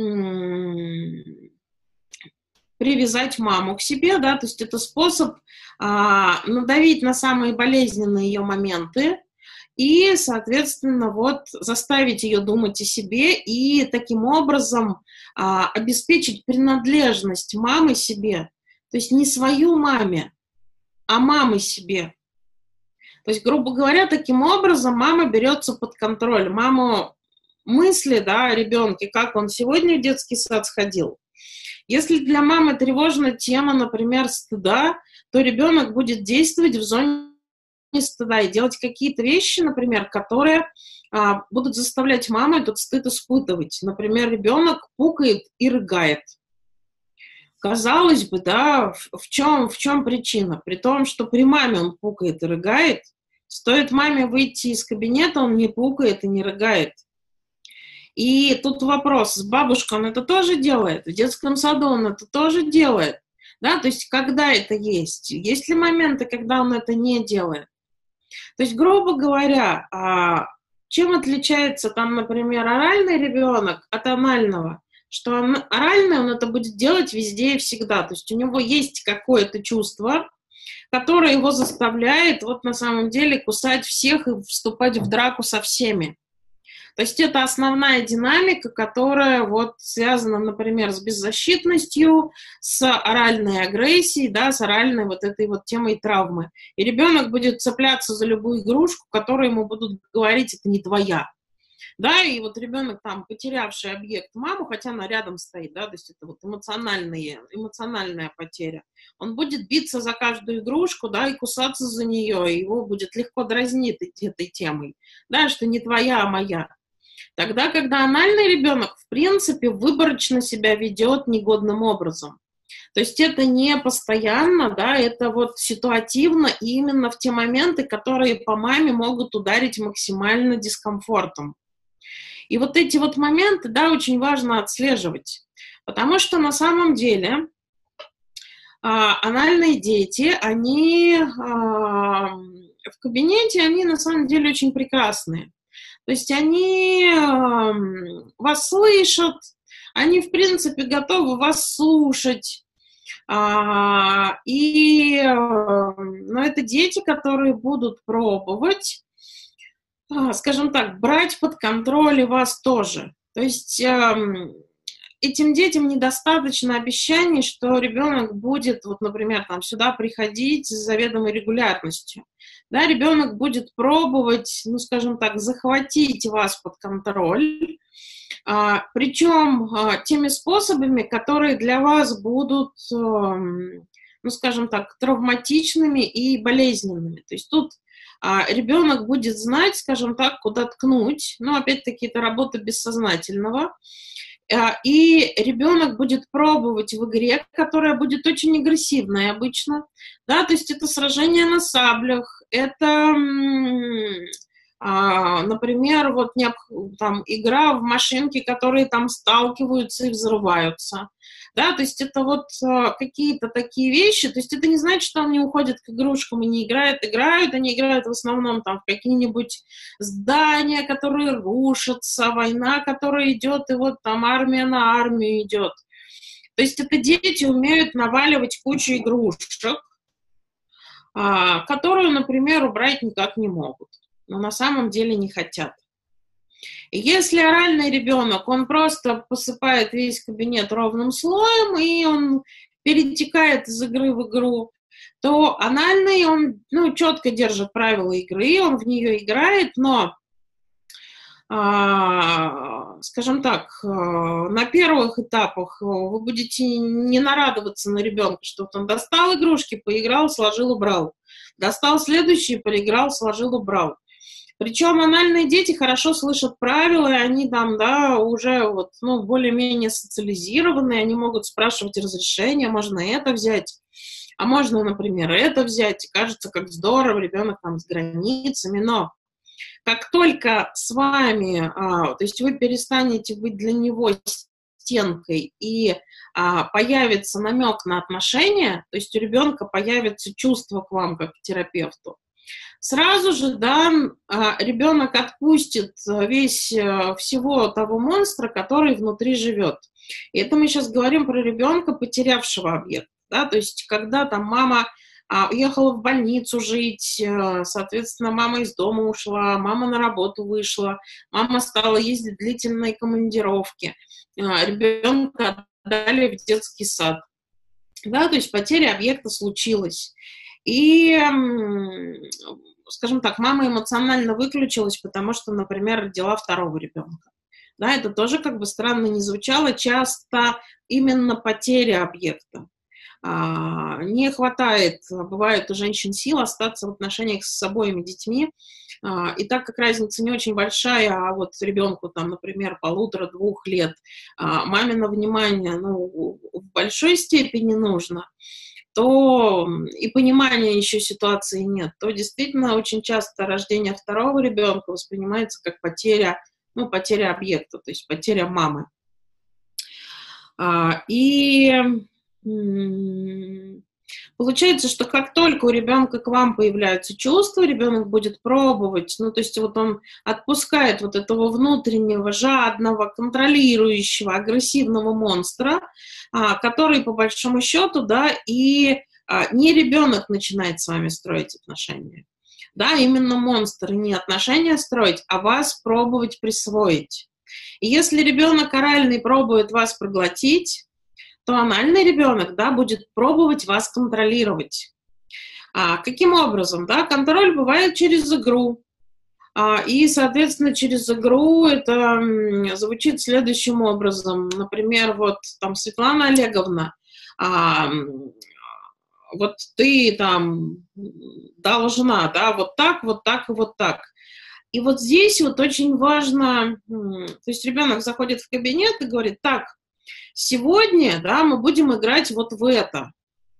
м- привязать маму к себе, да, то есть это способ а, надавить на самые болезненные ее моменты, и, соответственно, вот заставить ее думать о себе и таким образом а, обеспечить принадлежность мамы себе. То есть не свою маме, а мамы себе. То есть, грубо говоря, таким образом мама берется под контроль. Маму мысли, да, о ребенке, как он сегодня в детский сад сходил. Если для мамы тревожна тема, например, стыда, то ребенок будет действовать в зоне стыда и делать какие-то вещи, например, которые а, будут заставлять маму этот стыд испытывать. Например, ребенок пукает и рыгает. Казалось бы, да, в, в чем, в чем причина? При том, что при маме он пукает и рыгает, стоит маме выйти из кабинета, он не пукает и не рыгает. И тут вопрос, с бабушкой он это тоже делает, в детском саду он это тоже делает. Да, то есть когда это есть? Есть ли моменты, когда он это не делает? То есть, грубо говоря, чем отличается там, например, оральный ребенок от анального? Что он, оральный он это будет делать везде и всегда. То есть у него есть какое-то чувство, которое его заставляет вот на самом деле кусать всех и вступать в драку со всеми. То есть это основная динамика, которая вот связана, например, с беззащитностью, с оральной агрессией, да, с оральной вот этой вот темой травмы. И ребенок будет цепляться за любую игрушку, которую ему будут говорить, это не твоя. Да, и вот ребенок там, потерявший объект маму, хотя она рядом стоит, да, то есть это вот эмоциональная, эмоциональная потеря, он будет биться за каждую игрушку, да, и кусаться за нее, и его будет легко дразнить этой темой, да, что не твоя, а моя. Тогда, когда анальный ребенок, в принципе, выборочно себя ведет негодным образом. То есть это не постоянно, да, это вот ситуативно и именно в те моменты, которые по маме могут ударить максимально дискомфортом. И вот эти вот моменты, да, очень важно отслеживать, потому что на самом деле а, анальные дети, они а, в кабинете, они на самом деле очень прекрасные. То есть они э, вас слышат, они, в принципе, готовы вас слушать. А, и, э, но это дети, которые будут пробовать, э, скажем так, брать под контроль вас тоже. То есть э, этим детям недостаточно обещаний, что ребенок будет, вот, например, там, сюда приходить с заведомой регулярностью. Да, ребенок будет пробовать, ну, скажем так, захватить вас под контроль, а, причем а, теми способами, которые для вас будут, а, ну, скажем так, травматичными и болезненными. То есть тут а, ребенок будет знать, скажем так, куда ткнуть, но опять-таки это работа бессознательного. И ребенок будет пробовать в игре, которая будет очень агрессивная обычно, да, то есть это сражение на саблях, это, например, вот там игра в машинки, которые там сталкиваются и взрываются, да, то есть это вот какие-то такие вещи, то есть это не значит, что они уходят к игрушкам и не играют, играют, они играют в основном там в какие-нибудь здания, которые рушатся, война, которая идет, и вот там армия на армию идет. То есть это дети умеют наваливать кучу игрушек, которую, например, убрать никак не могут, но на самом деле не хотят. И если оральный ребенок, он просто посыпает весь кабинет ровным слоем, и он перетекает из игры в игру, то анальный, он, ну, четко держит правила игры, он в нее играет, но, а, скажем так, на первых этапах вы будете не нарадоваться на ребенка, что вот он достал игрушки, поиграл, сложил, убрал. Достал следующий, поиграл, сложил, убрал. Причем анальные дети хорошо слышат правила, и они там, да, уже вот, ну, более-менее социализированные, они могут спрашивать разрешение, можно это взять, а можно, например, это взять, и кажется, как здорово, ребенок там с границами, но как только с вами, а, то есть вы перестанете быть для него стенкой, и а, появится намек на отношения, то есть у ребенка появится чувство к вам как к терапевту, сразу же, да, ребенок отпустит весь, всего того монстра, который внутри живет. И это мы сейчас говорим про ребенка, потерявшего объект, да, то есть когда там мама уехала в больницу жить, соответственно, мама из дома ушла, мама на работу вышла, мама стала ездить в длительные командировки, ребенка отдали в детский сад, да, то есть потеря объекта случилась. И, скажем так, мама эмоционально выключилась, потому что, например, родила второго ребенка. Да, это тоже, как бы странно ни звучало, часто именно потеря объекта. а, не хватает, бывает у женщин сил остаться в отношениях с обоими детьми, а, и так как разница не очень большая, а вот ребенку, там, например, полутора-двух лет, а, мамино внимание, ну, в большой степени нужно, то и понимания еще ситуации нет, то действительно очень часто рождение второго ребенка воспринимается как потеря, ну, потеря объекта, то есть потеря мамы. А, и м, получается, что как только у ребенка к вам появляются чувства, ребенок будет пробовать, ну, то есть вот он отпускает вот этого внутреннего, жадного, контролирующего, агрессивного монстра, а, который, по большому счету, да, и а, не ребенок начинает с вами строить отношения. Да, именно монстр, не отношения строить, а вас пробовать присвоить. И если ребенок оральный пробует вас проглотить, то анальный ребенок, да, будет пробовать вас контролировать. А, каким образом? Да? Контроль бывает через игру. А, и, соответственно, через игру это м, звучит следующим образом. Например, вот там Светлана Олеговна, а, вот ты там должна, да, вот так, вот так и вот так. И вот здесь вот очень важно, то есть ребенок заходит в кабинет и говорит: так, сегодня, да, мы будем играть вот в это.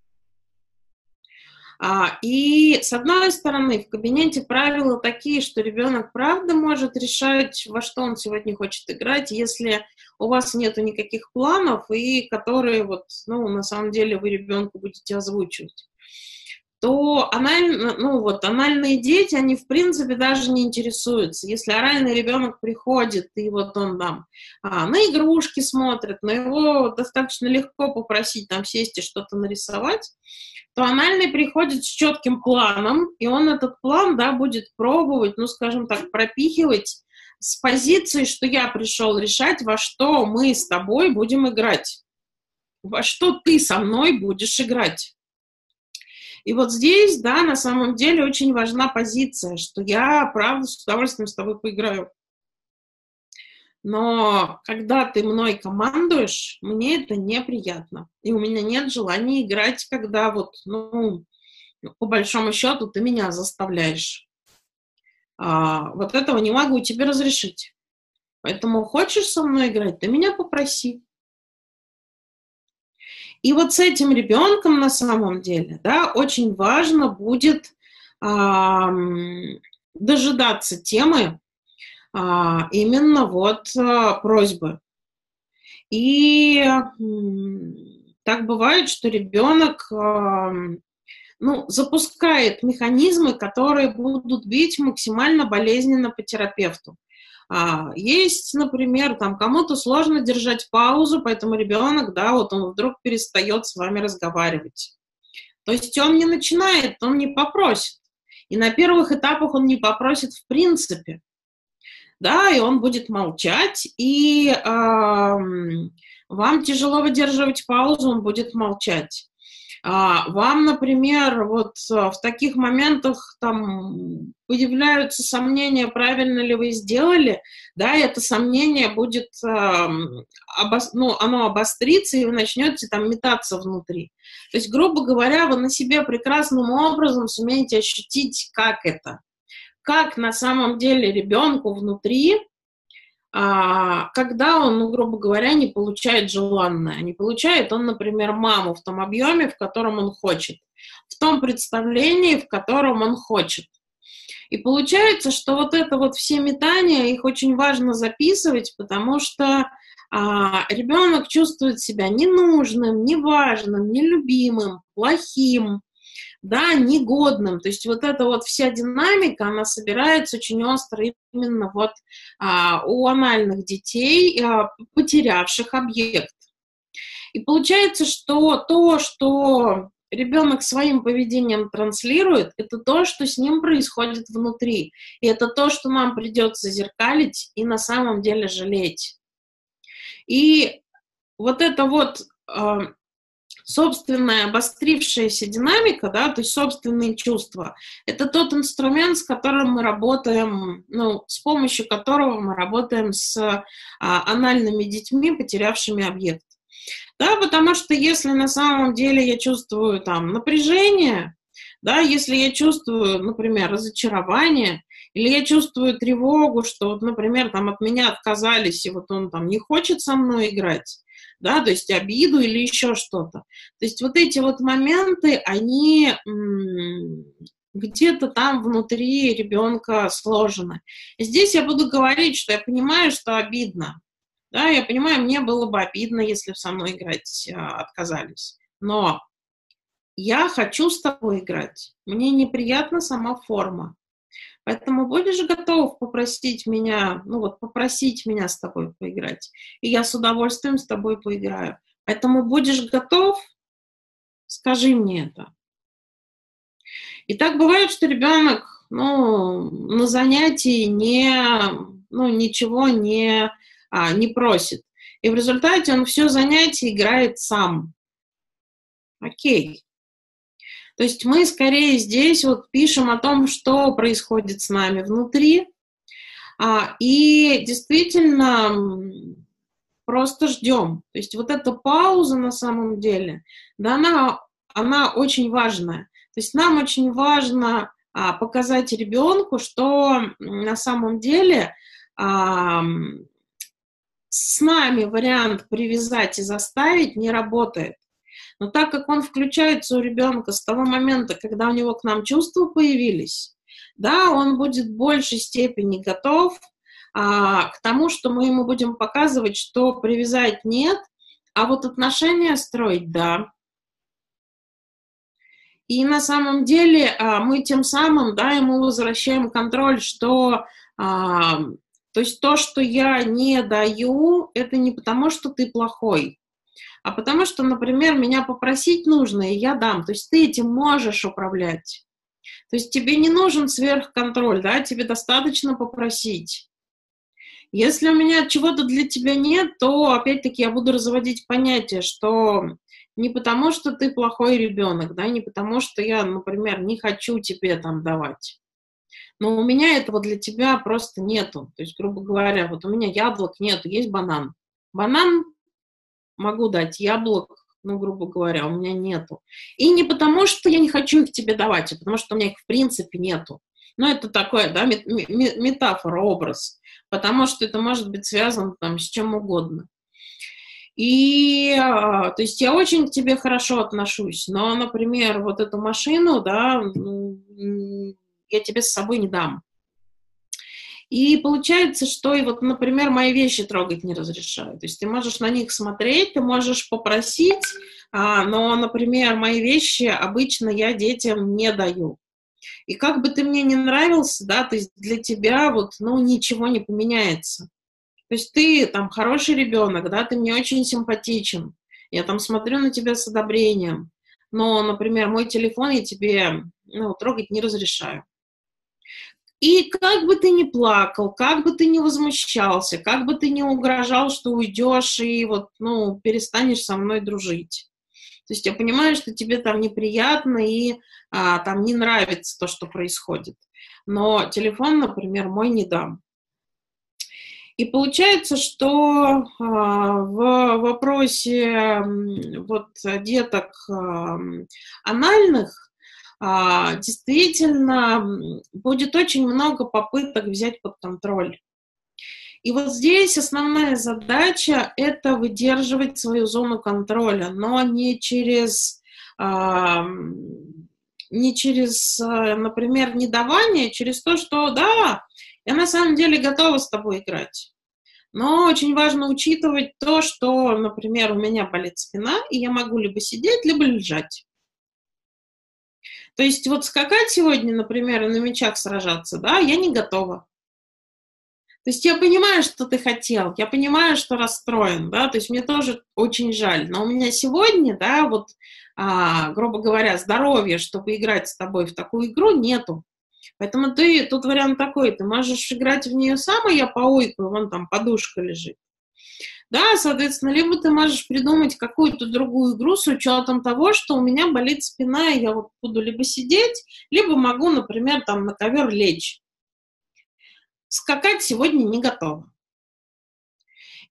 А, и с одной стороны, в кабинете правила такие, что ребенок правда может решать, во что он сегодня хочет играть, если у вас нету никаких планов, и которые вот, ну, на самом деле вы ребенку будете озвучивать. То анально, ну, вот, анальные дети, они, в принципе, даже не интересуются. Если оральный ребенок приходит, и вот он там а, на игрушки смотрит, но его достаточно легко попросить там сесть и что-то нарисовать, то анальный приходит с четким планом, и он этот план, да, будет пробовать, ну, скажем так, пропихивать с позиции, что я пришел решать, во что мы с тобой будем играть, во что ты со мной будешь играть. И вот здесь, да, на самом деле очень важна позиция, что я, правда, с удовольствием с тобой поиграю. Но когда ты мной командуешь, мне это неприятно. И у меня нет желания играть, когда вот, ну, по большому счету, ты меня заставляешь. А, вот этого не могу тебе разрешить. Поэтому хочешь со мной играть, ты меня попроси. И вот с этим ребенком на самом деле, да, очень важно будет а, дожидаться темы а, именно вот а, просьбы. И м, так бывает, что ребенок а, ну, запускает механизмы, которые будут бить максимально болезненно по терапевту. А, есть, например, там кому-то сложно держать паузу, поэтому ребенок, да, вот он вдруг перестает с вами разговаривать. То есть он не начинает, он не попросит. И на первых этапах он не попросит в принципе. Да, и он будет молчать, и э, вам тяжело выдерживать паузу, он будет молчать. А, вам, например, вот в таких моментах там появляются сомнения, правильно ли вы сделали, да, и это сомнение будет, а, обос... ну, оно обострится, и вы начнете там метаться внутри. То есть, грубо говоря, вы на себе прекрасным образом сумеете ощутить, как это, как на самом деле ребенку внутри, а, когда он, ну, грубо говоря, не получает желанное. Не получает он, например, маму в том объеме, в котором он хочет, в том представлении, в котором он хочет. И получается, что вот это вот все метания, их очень важно записывать, потому что а, ребенок чувствует себя ненужным, неважным, нелюбимым, плохим, да, негодным. То есть вот эта вот вся динамика, она собирается очень остро именно вот а, у анальных детей, а, потерявших объект. И получается, что то, что ребенок своим поведением транслирует, это то, что с ним происходит внутри. И это то, что нам придется зеркалить и на самом деле жалеть. И вот это вот а, собственная обострившаяся динамика, да, то есть собственные чувства, это тот инструмент, с которым мы работаем, ну, с помощью которого мы работаем с а, анальными детьми, потерявшими объект. Да, потому что если на самом деле я чувствую там напряжение, да, если я чувствую, например, разочарование, или я чувствую тревогу, что, вот, например, там от меня отказались, и вот он там не хочет со мной играть, да, то есть обиду или еще что-то. То есть вот эти вот моменты, они м- где-то там внутри ребенка сложены. И здесь я буду говорить, что я понимаю, что обидно. Да, я понимаю, мне было бы обидно, если бы со мной играть а, отказались. Но я хочу с тобой играть. Мне неприятна сама форма. Поэтому будешь готов попросить меня, ну вот попросить меня с тобой поиграть. И я с удовольствием с тобой поиграю. Поэтому будешь готов, скажи мне это. И так бывает, что ребенок, ну, на занятии не, ну, ничего не, а, не просит. И в результате он все занятие играет сам. Окей. То есть мы скорее здесь вот пишем о том, что происходит с нами внутри, а, и действительно просто ждем. То есть вот эта пауза на самом деле, да, она, она очень важная. То есть нам очень важно а, показать ребенку, что на самом деле а, с нами вариант привязать и заставить не работает. Но так как он включается у ребенка с того момента, когда у него к нам чувства появились, да, он будет в большей степени готов а, к тому, что мы ему будем показывать, что привязать нет, а вот отношения строить да. И на самом деле а, мы тем самым, да, ему возвращаем контроль, что а, то есть то, что я не даю, это не потому, что ты плохой, а потому что, например, меня попросить нужно, и я дам. То есть ты этим можешь управлять. То есть тебе не нужен сверхконтроль, да, тебе достаточно попросить. Если у меня чего-то для тебя нет, то, опять-таки, я буду разводить понятие, что не потому, что ты плохой ребенок, да, не потому, что я, например, не хочу тебе там давать. Но у меня этого для тебя просто нету. То есть, грубо говоря, вот у меня яблок нету, есть банан. Банан могу дать, яблок, ну, грубо говоря, у меня нету. И не потому, что я не хочу их тебе давать, а потому что у меня их в принципе нету. Ну, это такое, да, метафора, образ. Потому что это может быть связано там с чем угодно. И, то есть я очень к тебе хорошо отношусь, но, например, вот эту машину, да, я тебе с собой не дам. И получается, что и вот, например, мои вещи трогать не разрешаю. То есть ты можешь на них смотреть, ты можешь попросить, а, но, например, мои вещи обычно я детям не даю. И как бы ты мне не нравился, да, то есть для тебя вот, ну, ничего не поменяется. То есть ты там хороший ребенок, да, ты мне очень симпатичен, я там смотрю на тебя с одобрением, но, например, мой телефон я тебе, ну, трогать не разрешаю. И как бы ты ни плакал, как бы ты ни возмущался, как бы ты ни угрожал, что уйдешь и вот, ну, перестанешь со мной дружить. То есть я понимаю, что тебе там неприятно и а, там не нравится то, что происходит. Но телефон, например, мой не дам. И получается, что а, в вопросе вот деток а, анальных а, действительно будет очень много попыток взять под контроль. И вот здесь основная задача – это выдерживать свою зону контроля, но не через, а, не через, например, недавание, через то, что да, я на самом деле готова с тобой играть. Но очень важно учитывать то, что, например, у меня болит спина, и я могу либо сидеть, либо лежать. То есть вот скакать сегодня, например, и на мячах сражаться, да, я не готова. То есть я понимаю, что ты хотел, я понимаю, что расстроен, да, то есть мне тоже очень жаль, но у меня сегодня, да, вот, а, грубо говоря, здоровья, чтобы играть с тобой в такую игру, нету. Поэтому ты, тут вариант такой, ты можешь играть в нее сам, и я поойкаю, вон там подушка лежит. Да, соответственно, либо ты можешь придумать какую-то другую игру с учетом того, что у меня болит спина, и я вот буду либо сидеть, либо могу, например, там на ковер лечь. Скакать сегодня не готова.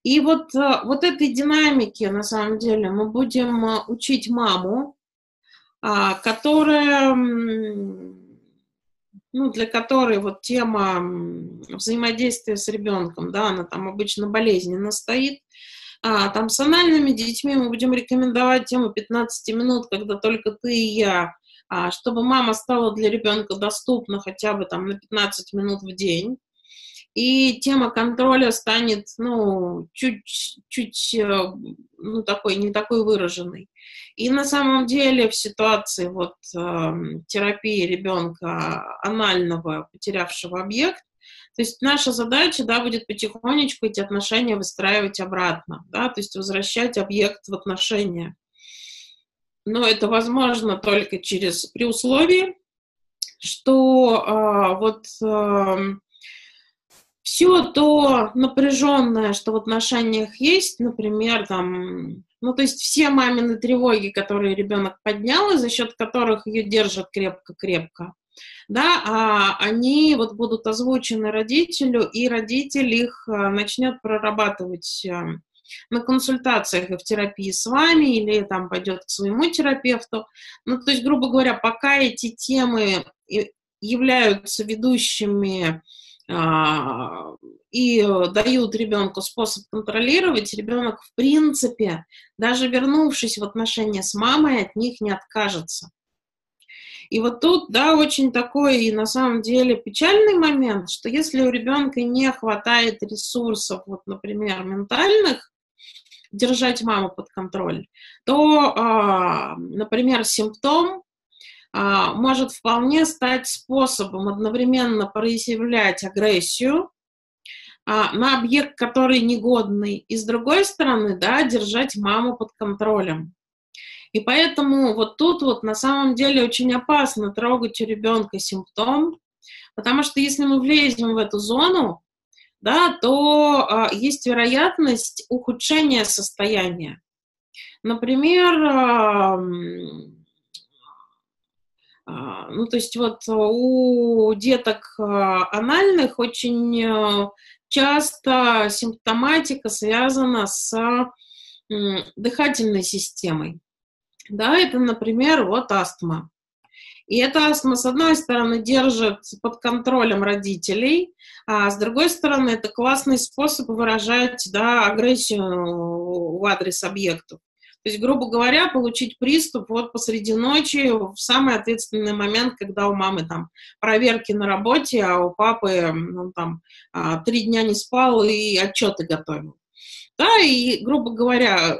И вот, вот этой динамике, на самом деле, мы будем учить маму, которая, ну, для которой вот тема взаимодействия с ребенком, да, она там обычно болезненно стоит. А, там с анальными детьми мы будем рекомендовать тему пятнадцать минут, когда только ты и я, а, чтобы мама стала для ребенка доступна хотя бы там на пятнадцать минут в день. И тема контроля станет, ну, чуть, чуть, ну, такой, не такой выраженной. И на самом деле в ситуации вот э, терапии ребенка анального, потерявшего объект, то есть наша задача, да, будет потихонечку эти отношения выстраивать обратно, да, то есть возвращать объект в отношения. Но это возможно только через, при условии, что э, вот... Э, все то напряженное, что в отношениях есть, например, там, ну, то есть все мамины тревоги, которые ребенок поднял, и за счет которых ее держат крепко-крепко, да, а они вот будут озвучены родителю, и родитель их начнет прорабатывать на консультациях и в терапии с вами, или там пойдет к своему терапевту. Ну, то есть, грубо говоря, пока эти темы являются ведущими и дают ребенку способ контролировать, ребенок, в принципе, даже вернувшись в отношения с мамой, от них не откажется. И вот тут, да, очень такой, на самом деле, печальный момент, что если у ребенка не хватает ресурсов, вот, например, ментальных, держать маму под контроль, то, например, симптом может вполне стать способом одновременно проявлять агрессию а, на объект, который негодный, и с другой стороны, да, держать маму под контролем. И поэтому вот тут вот на самом деле очень опасно трогать у ребенка симптом, потому что если мы влезем в эту зону, да, то а, есть вероятность ухудшения состояния. Например, а, Ну, то есть вот у деток анальных очень часто симптоматика связана с дыхательной системой. Да, это, например, вот астма. И эта астма, с одной стороны, держит под контролем родителей, а с другой стороны, это классный способ выражать, да, агрессию в адрес объектов. То есть, грубо говоря, получить приступ вот посреди ночи, в самый ответственный момент, когда у мамы там проверки на работе, а у папы, ну, там три дня не спал и отчеты готовил. Да, и, грубо говоря,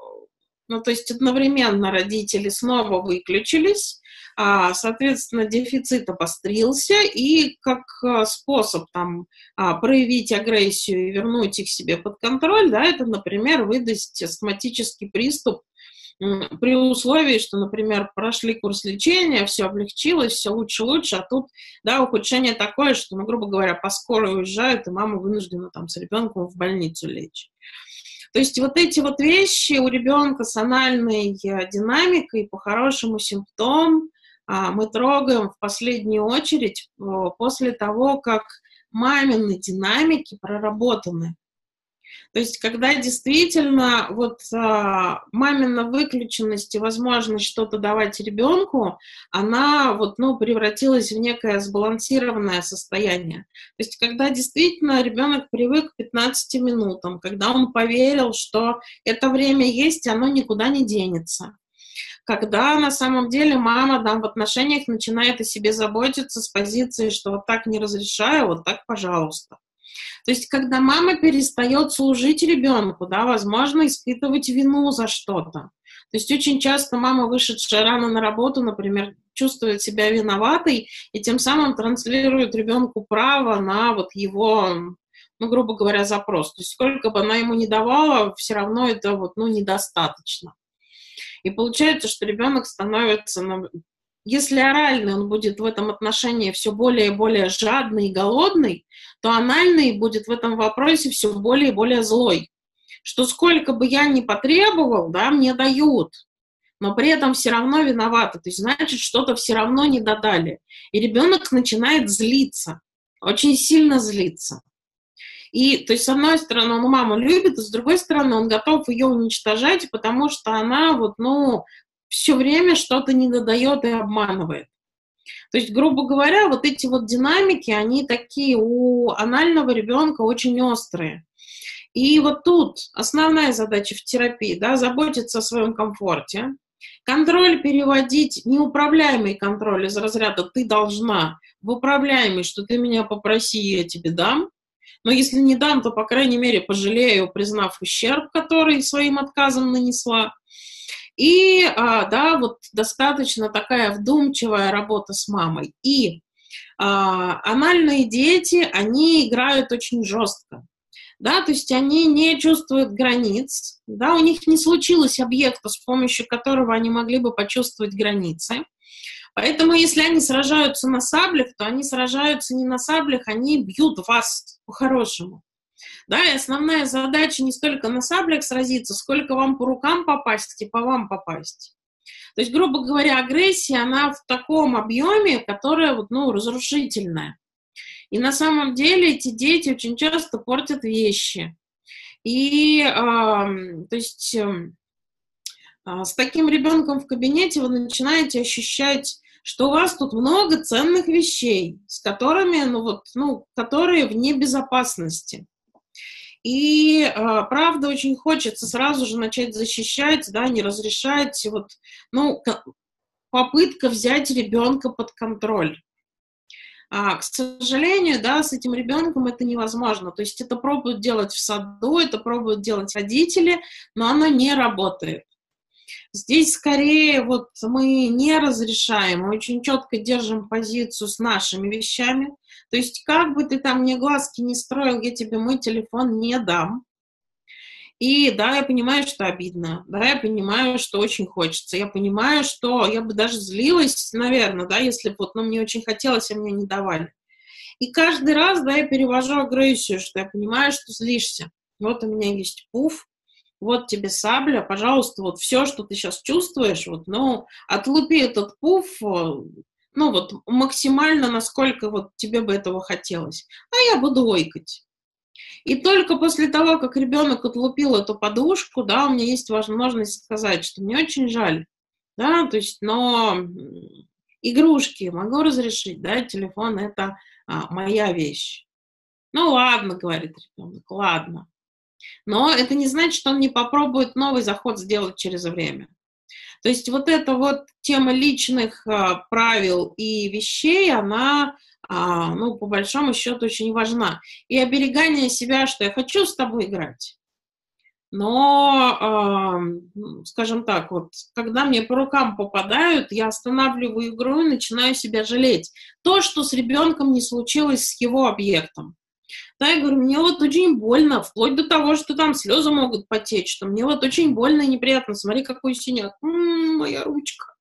ну, то есть одновременно родители снова выключились, а, соответственно, дефицит обострился, и как способ там проявить агрессию и вернуть их себе под контроль, да, это, например, выдать астматический приступ при условии, что, например, прошли курс лечения, все облегчилось, все лучше-лучше, а тут, да, ухудшение такое, что, ну, грубо говоря, по скорой уезжают, и мама вынуждена там с ребенком в больницу лечь. То есть вот эти вот вещи у ребенка с анальной динамикой, по-хорошему симптом, мы трогаем в последнюю очередь после того, как мамины динамики проработаны. То есть когда действительно вот мамина выключенность и возможность что-то давать ребенку, она вот, ну, превратилась в некое сбалансированное состояние. То есть когда действительно ребенок привык к пятнадцати минутам, когда он поверил, что это время есть, оно никуда не денется. Когда на самом деле мама, да, в отношениях начинает о себе заботиться с позиции, что вот так не разрешаю, вот так, пожалуйста. То есть, когда мама перестает служить ребенку, да, возможно, испытывать вину за что-то. То есть, очень часто мама, вышедшая рано на работу, например, чувствует себя виноватой и тем самым транслирует ребенку право на вот его, ну, грубо говоря, запрос. То есть, сколько бы она ему ни давала, все равно это вот, ну, недостаточно. И получается, что ребенок становится, если оральный он будет в этом отношении все более и более жадный и голодный, то анальный будет в этом вопросе все более и более злой. Что сколько бы я ни потребовал, да, мне дают, но при этом все равно виноваты. То есть, значит, что-то все равно не додали. И ребенок начинает злиться, очень сильно злиться. И, то есть, с одной стороны, он маму любит, а с другой стороны, он готов ее уничтожать, потому что она вот, ну, все время что-то не додает и обманывает. То есть, грубо говоря, вот эти вот динамики, они такие у анального ребенка очень острые. И вот тут основная задача в терапии, да, заботиться о своем комфорте, контроль переводить, неуправляемый контроль из разряда «ты должна», в управляемый, что «ты меня попроси, я тебе дам». Но если не дам, то, по крайней мере, пожалею, признав ущерб, который своим отказом нанесла. И, а, да, вот достаточно такая вдумчивая работа с мамой. И а, анальные дети, они играют очень жестко. Да, то есть они не чувствуют границ, да, у них не случилось объекта, с помощью которого они могли бы почувствовать границы. Поэтому, если они сражаются на саблях, то они сражаются не на саблях, они бьют вас по-хорошему. Да, и основная задача не столько на саблях сразиться, сколько вам по рукам попасть и по вам попасть. То есть, грубо говоря, агрессия, она в таком объеме, которая вот, ну, разрушительная. И на самом деле эти дети очень часто портят вещи. И, э, то есть, э, с таким ребенком в кабинете вы начинаете ощущать, что у вас тут много ценных вещей, с которыми, ну вот, ну, которые вне безопасности. И, э, правда, очень хочется сразу же начать защищать, да, не разрешать, вот, ну, попытка взять ребенка под контроль. А, к сожалению, да, с этим ребенком это невозможно. То есть это пробуют делать в саду, это пробуют делать родители, но оно не работает. Здесь скорее вот мы не разрешаем, мы очень четко держим позицию с нашими вещами. То есть как бы ты там мне глазки не строил, я тебе мой телефон не дам. И да, я понимаю, что обидно, да, я понимаю, что очень хочется, я понимаю, что я бы даже злилась, наверное, да, если бы вот, ну, мне очень хотелось, а мне не давали. И каждый раз, да, я перевожу агрессию, что я понимаю, что злишься. Вот у меня есть пуф, вот тебе сабля, пожалуйста, вот все, что ты сейчас чувствуешь, вот, ну, отлупи этот пуф, ну, вот максимально, насколько вот тебе бы этого хотелось, а я буду ойкать. И только после того, как ребенок отлупил эту подушку, да, у меня есть возможность сказать, что мне очень жаль, да, то есть, но игрушки могу разрешить, да, телефон — это а, моя вещь. Ну, ладно, говорит ребенок, ладно. Но это не значит, что он не попробует новый заход сделать через время. То есть вот эта вот тема личных а, правил и вещей, она, а, ну, по большому счету, очень важна. И оберегание себя, что я хочу с тобой играть. Но, а, скажем так, вот, когда мне по рукам попадают, я останавливаю игру и начинаю себя жалеть. То, что с ребенком не случилось с его объектом. Да, я говорю, мне вот очень больно, вплоть до того, что там слезы могут потечь, что мне вот очень больно и неприятно, смотри, какой синяк, м-м, моя ручка.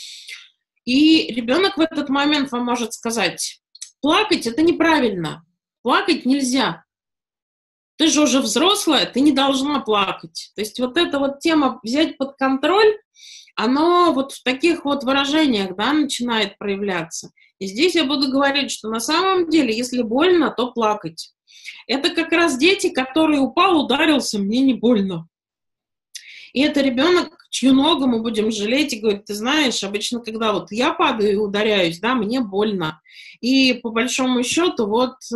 И ребенок в этот момент вам может сказать, плакать — это неправильно, плакать нельзя. Ты же уже взрослая, ты не должна плакать. То есть вот эта вот тема взять под контроль, оно вот в таких вот выражениях, да, начинает проявляться. И здесь я буду говорить, что на самом деле, если больно, то плакать. Это как раз дети, которые упал, ударился, мне не больно. И это ребенок, чью ногу мы будем жалеть, и говорит, ты знаешь, обычно, когда вот я падаю и ударяюсь, да, мне больно. И по большому счету вот э,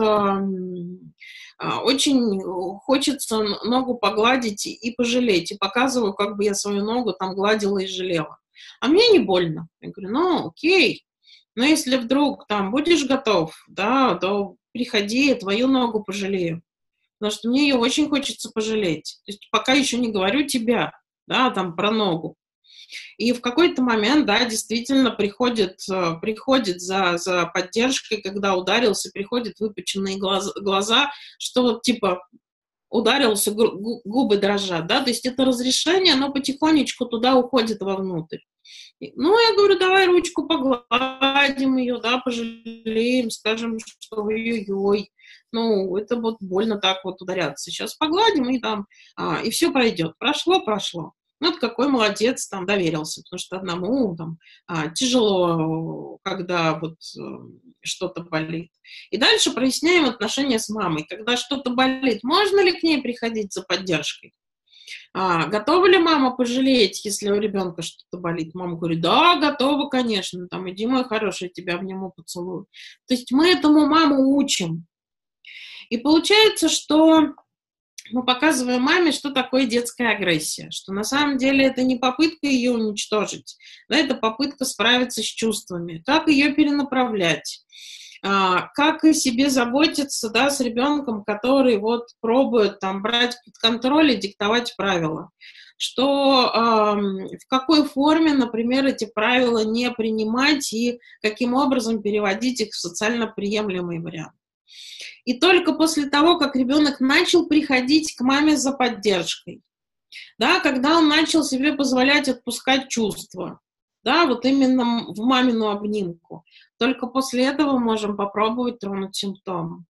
э, очень хочется ногу погладить и пожалеть. И показываю, как бы я свою ногу там гладила и жалела. А мне не больно. Я говорю, ну, окей. Но если вдруг там будешь готов, да, то приходи, твою ногу пожалею. Потому что мне ее очень хочется пожалеть. То есть пока еще не говорю тебя, да, там про ногу. И в какой-то момент, да, действительно приходит, приходит за, за поддержкой, когда ударился, приходят выпученные глаза, глаза, что вот типа ударился, губы дрожат, да, то есть это разрешение, оно потихонечку туда уходит вовнутрь. Ну, я говорю, давай ручку погладим ее, да, пожалеем, скажем, что ой-ой-ой, ну, это вот больно так вот ударяться. Сейчас погладим, и там, а, и все пройдет. Прошло, прошло. Ну, вот какой молодец, там, доверился, потому что одному там а, тяжело, когда вот что-то болит. И дальше проясняем отношения с мамой. Когда что-то болит, можно ли к ней приходить за поддержкой? А, готова ли мама пожалеть, если у ребенка что-то болит? Мама говорит, да, готова, конечно, там, иди, мой хороший, тебя обниму, поцелую. То есть мы этому маму учим. И получается, что мы показываем маме, что такое детская агрессия, что на самом деле это не попытка ее уничтожить, да, это попытка справиться с чувствами, как ее перенаправлять, а, как о себе заботиться, да, с ребенком, который вот пробует там брать под контроль и диктовать правила, что а, в какой форме, например, эти правила не принимать и каким образом переводить их в социально приемлемый вариант. И только после того, как ребенок начал приходить к маме за поддержкой, да, когда он начал себе позволять отпускать чувства, да, вот именно в мамину обнимку, только после этого можем попробовать тронуть симптом.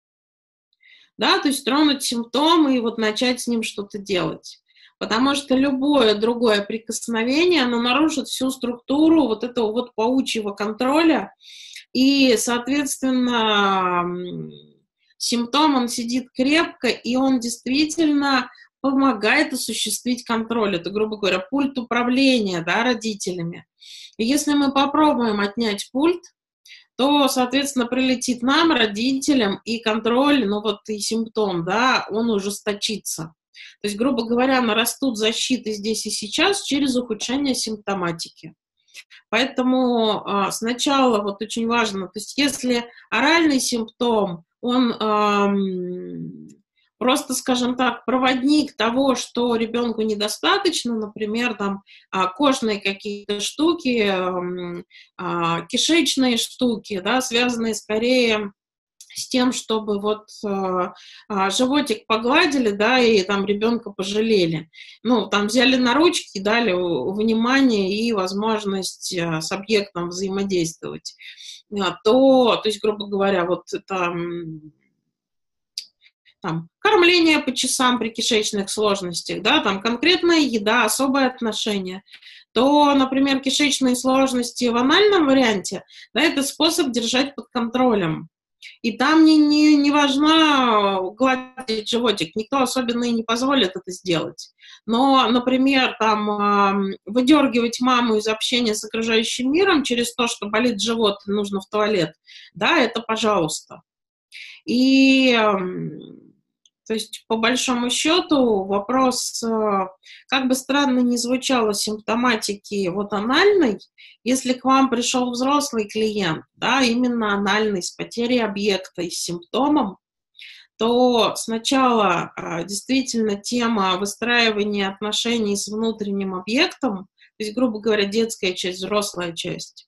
Да, то есть тронуть симптом и вот начать с ним что-то делать. Потому что любое другое прикосновение, оно нарушит всю структуру вот этого вот паучьего контроля, и, соответственно, симптом, он сидит крепко, и он действительно помогает осуществить контроль. Это, грубо говоря, пульт управления, да, родителями. И если мы попробуем отнять пульт, то, соответственно, прилетит нам, родителям, и контроль, ну вот и симптом, да, он ужесточится. То есть, грубо говоря, нарастут защиты здесь и сейчас через ухудшение симптоматики. Поэтому а, сначала вот очень важно, то есть если оральный симптом, он эм, просто, скажем так, проводник того, что ребенку недостаточно, например, там а, кожные какие-то штуки, э, а, кишечные штуки, да, связанные скорее с тем, чтобы вот э, э, животик погладили, да, и там ребенка пожалели. Ну, там взяли на ручки, дали внимание и возможность э, с объектом взаимодействовать. А, то, то есть, грубо говоря, вот это там, кормление по часам при кишечных сложностях, да, там конкретная еда, особое отношение, то, например, кишечные сложности в анальном варианте, да, это способ держать под контролем. И там не, не, не важно гладить животик, никто особенно и не позволит это сделать. Но, например, там выдергивать маму из общения с окружающим миром через то, что болит живот, нужно в туалет, да, это пожалуйста. И, то есть, по большому счету, вопрос, как бы странно ни звучало, симптоматики вот анальной, если к вам пришел взрослый клиент, да, именно анальный, с потерей объекта и с симптомом, то сначала действительно тема выстраивания отношений с внутренним объектом, то есть, грубо говоря, детская часть, взрослая часть,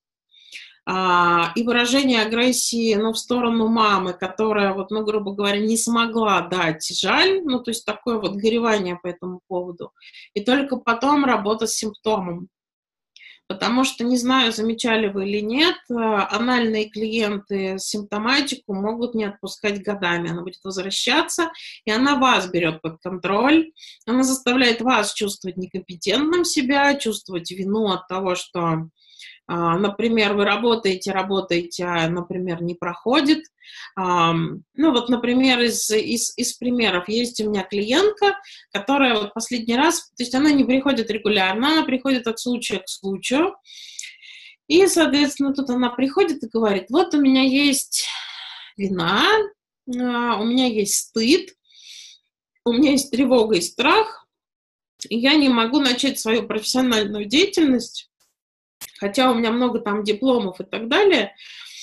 и выражение агрессии, ну, в сторону мамы, которая, вот, ну, грубо говоря, не смогла дать жаль, ну, то есть такое вот горевание по этому поводу, и только потом работа с симптомом. Потому что, не знаю, замечали вы или нет, анальные клиенты симптоматику могут не отпускать годами. Она будет возвращаться, и она вас берет под контроль, она заставляет вас чувствовать некомпетентным себя, чувствовать вину от того, что, например, вы работаете, работаете, а, например, не проходит. Ну вот, например, из, из, из примеров. Есть у меня клиентка, которая вот последний раз, то есть она не приходит регулярно, она приходит от случая к случаю. И, соответственно, тут она приходит и говорит, вот у меня есть вина, у меня есть стыд, у меня есть тревога и страх, и я не могу начать свою профессиональную деятельность, хотя у меня много там дипломов и так далее,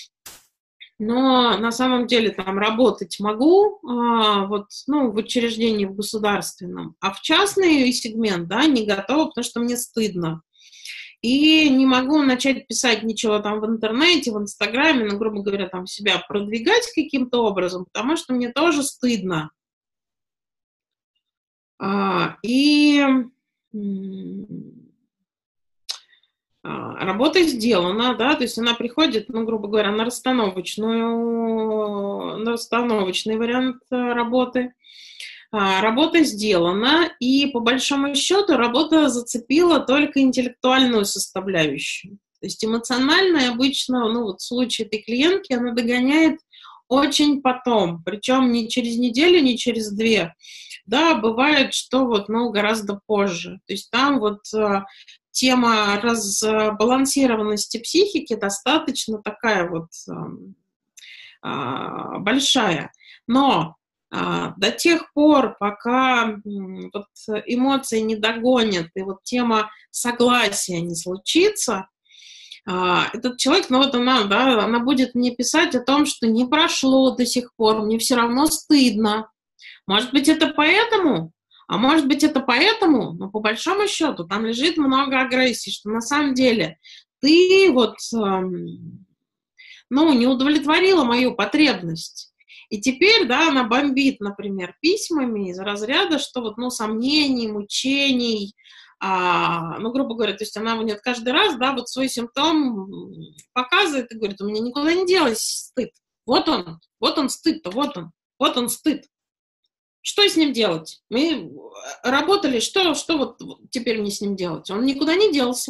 но на самом деле там работать могу, а, вот, ну, в учреждении в государственном, а в частный сегмент, да, не готова, потому что мне стыдно. И не могу начать писать ничего там в интернете, в Инстаграме, ну, грубо говоря, там себя продвигать каким-то образом, потому что мне тоже стыдно. А, и... Работа сделана, да, то есть она приходит, ну, грубо говоря, на расстановочную, на расстановочный вариант работы. работа сделана, и по большому счету работа зацепила только интеллектуальную составляющую. То есть эмоциональная обычно, ну вот в случае этой клиентки, она догоняет очень потом, причем не через неделю, не через две. Да, бывает, что вот, ну, гораздо позже. То есть там вот э, тема разбалансированности психики достаточно такая вот э, э, большая. Но э, до тех пор, пока э, вот эмоции не догонят, и вот тема согласия не случится, этот человек, ну вот она, да, она будет мне писать о том, что не прошло до сих пор, мне все равно стыдно. Может быть, это поэтому, а может быть, это поэтому, но по большому счету там лежит много агрессии, что на самом деле ты вот, эм, ну, не удовлетворила мою потребность. И теперь, да, она бомбит, например, письмами из разряда, что вот, ну, сомнений, мучений, А, ну, грубо говоря, то есть она нет каждый раз, да, вот свой симптом показывает и говорит, у меня никуда не делось стыд. Вот он, вот он стыд-то, вот он, вот он стыд. Что с ним делать? Мы работали, что, что вот теперь мне с ним делать? Он никуда не делся.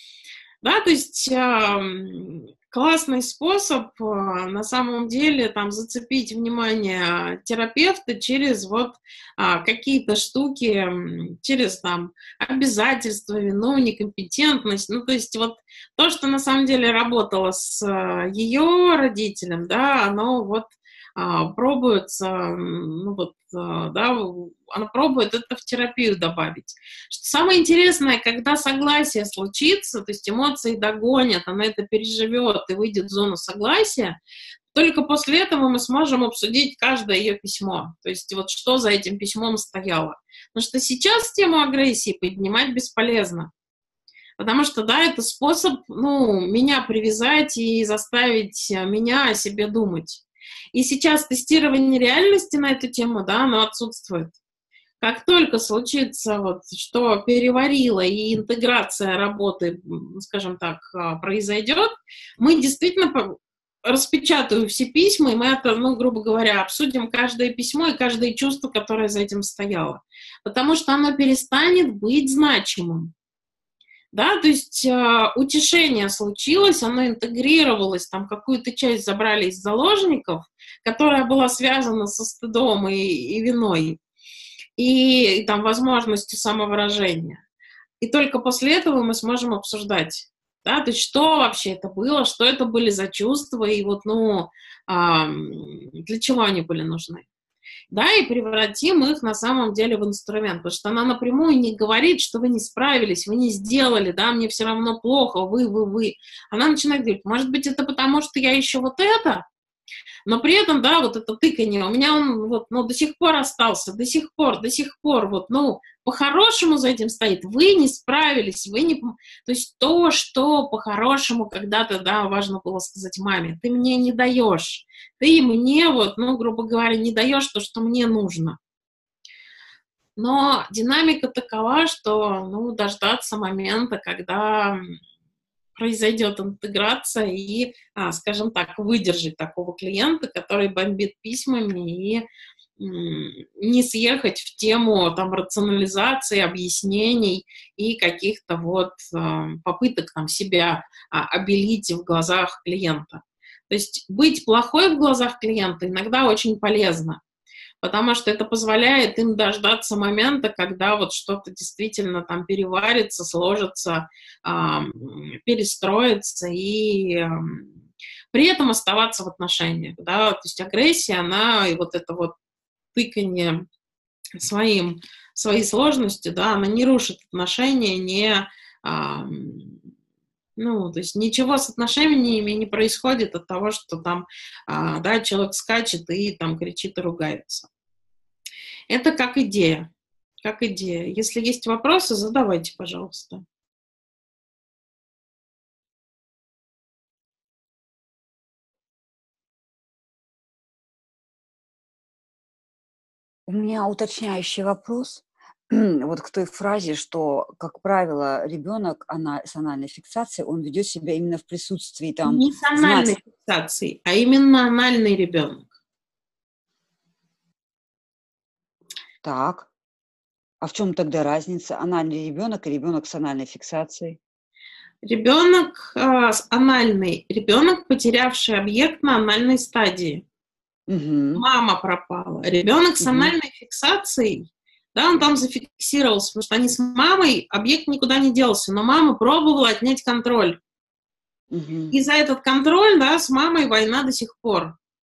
Да, то есть э, классный способ э, на самом деле там зацепить внимание терапевта через вот э, какие-то штуки, через там обязательства, вину, некомпетентность. Ну, то есть вот то, что на самом деле работало с э, ее родителем, да, оно вот э, пробуется, ну вот, э, да, она пробует это в терапию добавить. Что самое интересное, когда согласие случится, то есть эмоции догонят, она это переживет и выйдет в зону согласия, только после этого мы сможем обсудить каждое ее письмо. То есть вот что за этим письмом стояло. Потому что сейчас тему агрессии поднимать бесполезно. Потому что, да, это способ, ну, меня привязать и заставить меня о себе думать. И сейчас тестирование реальности на эту тему, да, оно отсутствует. Как только случится, вот, что переварило и интеграция работы, скажем так, произойдет, мы действительно распечатаем все письма, и мы это, ну, грубо говоря, обсудим каждое письмо и каждое чувство, которое за этим стояло. Потому что оно перестанет быть значимым. Да, то есть э, утешение случилось, оно интегрировалось, там какую-то часть забрали из заложников, которая была связана со стыдом и, и виной. И, и там возможностью самовыражения. И только после этого мы сможем обсуждать, да, то есть что вообще это было, что это были за чувства, и вот, ну, а, для чего они были нужны. Да, и превратим их на самом деле в инструмент, потому что она напрямую не говорит, что вы не справились, вы не сделали, да, мне все равно плохо, вы, вы, вы. Она начинает говорить, может быть, это потому, что я еще вот это, но при этом, да, вот это тыканье, у меня он вот, ну, до сих пор остался, до сих пор, до сих пор, вот, ну, по-хорошему за этим стоит, вы не справились, вы не... То есть то, что по-хорошему когда-то, да, важно было сказать маме, ты мне не даешь, ты мне вот, ну, грубо говоря, не даешь то, что мне нужно. Но динамика такова, что, ну, дождаться момента, когда произойдет интеграция и, а, скажем так, выдержать такого клиента, который бомбит письмами, и м, не съехать в тему там рационализации, объяснений и каких-то вот а, попыток там себя а, обелить в глазах клиента. То есть быть плохой в глазах клиента иногда очень полезно, потому что это позволяет им дождаться момента, когда вот что-то действительно там переварится, сложится, э, перестроится, и э, при этом оставаться в отношениях, да, то есть агрессия, она, и вот это вот тыканье своим, своей сложностью, да, она не рушит отношения, не... Э, Ну, то есть ничего с отношениями не происходит от того, что там, а, да, человек скачет и там кричит и ругается. Это как идея, как идея. Если есть вопросы, задавайте, пожалуйста. У меня уточняющий вопрос. Вот к той фразе, что, как правило, ребенок с анальной фиксацией, он ведет себя именно в присутствии там... Не с анальной знать... фиксацией, а именно анальный ребенок. Так. А в чем тогда разница? Анальный ребенок и ребенок с анальной фиксацией? Ребенок э, с анальной, ребенок, потерявший объект на анальной стадии. Угу. Мама пропала. Ребенок с Угу. анальной фиксацией, да, он там зафиксировался, потому что они с мамой, объект никуда не делся, но мама пробовала отнять контроль. Угу. И за этот контроль, да, с мамой война до сих пор.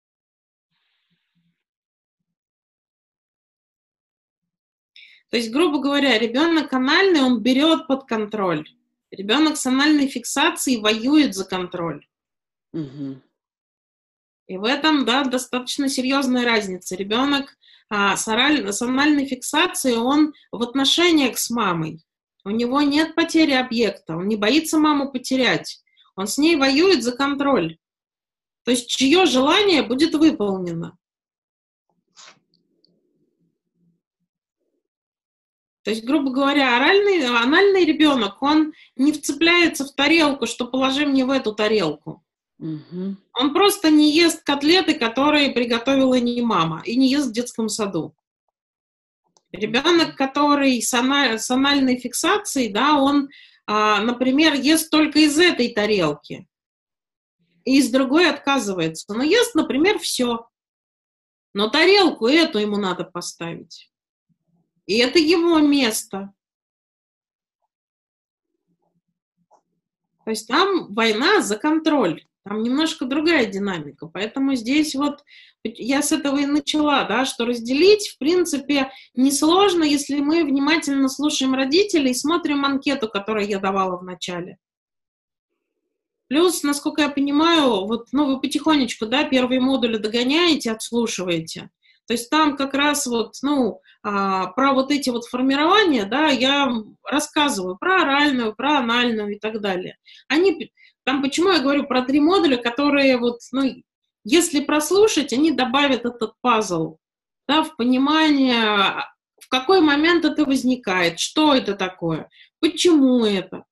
То есть, грубо говоря, ребенок анальный, он берет под контроль. Ребенок с анальной фиксацией воюет за контроль. Угу. И в этом, да, достаточно серьезная разница. Ребенок а, с, ораль... с анальной фиксацией, он в отношениях с мамой. У него нет потери объекта, он не боится маму потерять. Он с ней воюет за контроль. То есть, чье желание будет выполнено. То есть, грубо говоря, оральный, анальный ребенок, он не вцепляется в тарелку, что положи мне в эту тарелку. Угу. Он просто не ест котлеты, которые приготовила не мама, и не ест в детском саду. Ребенок, который с, аналь, с анальной фиксацией, да, он, а, например, ест только из этой тарелки, и из другой отказывается. Но ест, например, все. Но тарелку эту ему надо поставить. И это его место. То есть там война за контроль. Там немножко другая динамика. Поэтому здесь вот я с этого и начала, да, что разделить, в принципе, несложно, если мы внимательно слушаем родителей и смотрим анкету, которую я давала в начале. Плюс, насколько я понимаю, вот, ну, вы потихонечку, да, первые модули догоняете, отслушиваете. То есть там как раз вот, ну, а, про вот эти вот формирования, да, я рассказываю про оральную, про анальную и так далее. Они, там почему я говорю про три модуля, которые вот, ну, если прослушать, они добавят этот пазл, да, в понимание, в какой момент это возникает, что это такое, почему это.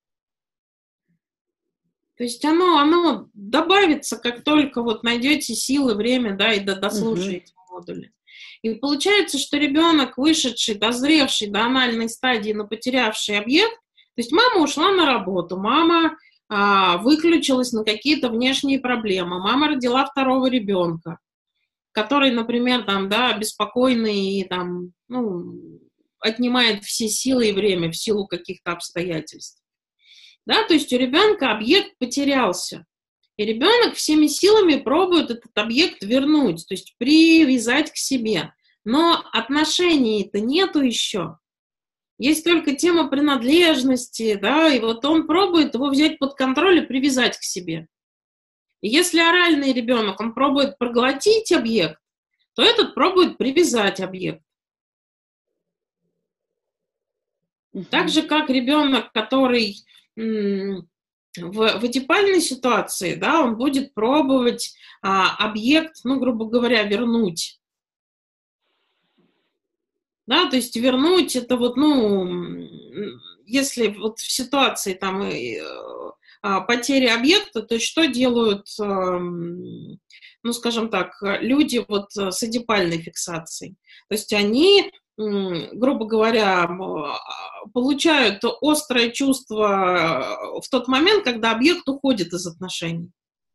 То есть оно, оно добавится, как только вот найдете силы, время, да, и дослушаете угу. модули. И получается, что ребенок, вышедший, дозревший до анальной стадии, но потерявший объект, то есть мама ушла на работу, мама а, выключилась на какие-то внешние проблемы, мама родила второго ребенка, который, например, там, да, беспокойный и там, ну, отнимает все силы и время в силу каких-то обстоятельств. Да, то есть у ребенка объект потерялся. И ребенок всеми силами пробует этот объект вернуть, то есть привязать к себе. Но отношений-то нету еще. Есть только тема принадлежности, да, и вот он пробует его взять под контроль и привязать к себе. И если оральный ребенок, он пробует проглотить объект, то этот пробует привязать объект. Угу. Так же, как ребенок, который м- в, в эдипальной ситуации, да, он будет пробовать а, объект, ну, грубо говоря, вернуть. Да, то есть вернуть это вот, ну, если вот в ситуации там э, э, потери объекта, то есть что делают, э, ну, скажем так, люди вот с эдипальной фиксацией? То есть они, э, грубо говоря, получают острое чувство в тот момент, когда объект уходит из отношений.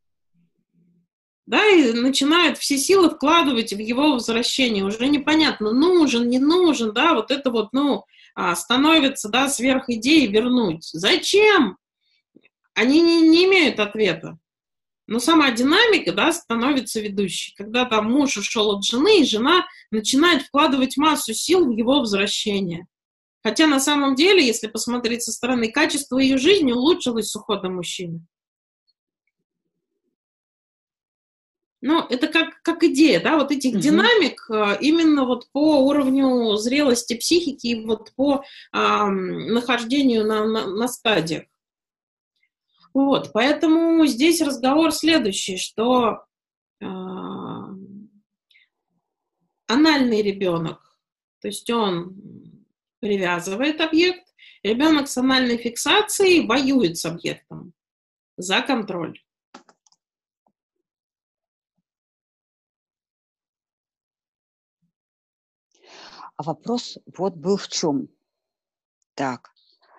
Да, и начинают все силы вкладывать в его возвращение. Уже непонятно, нужен, не нужен, да, вот это вот, ну, становится, да, сверх идеи вернуть. Зачем? Они не, не имеют ответа. Но сама динамика, да, становится ведущей. Когда там муж ушел от жены, и жена начинает вкладывать массу сил в его возвращение. Хотя на самом деле, если посмотреть со стороны, качество ее жизни улучшилось с уходом мужчины. Ну, это как, как идея, да, вот этих угу. динамик именно вот по уровню зрелости психики и вот по а, нахождению на, на, на стадиях. Вот, поэтому здесь разговор следующий, что а, анальный ребенок, то есть он привязывает объект, ребенок с анальной фиксацией воюет с объектом за контроль. А вопрос вот был в чем. Так.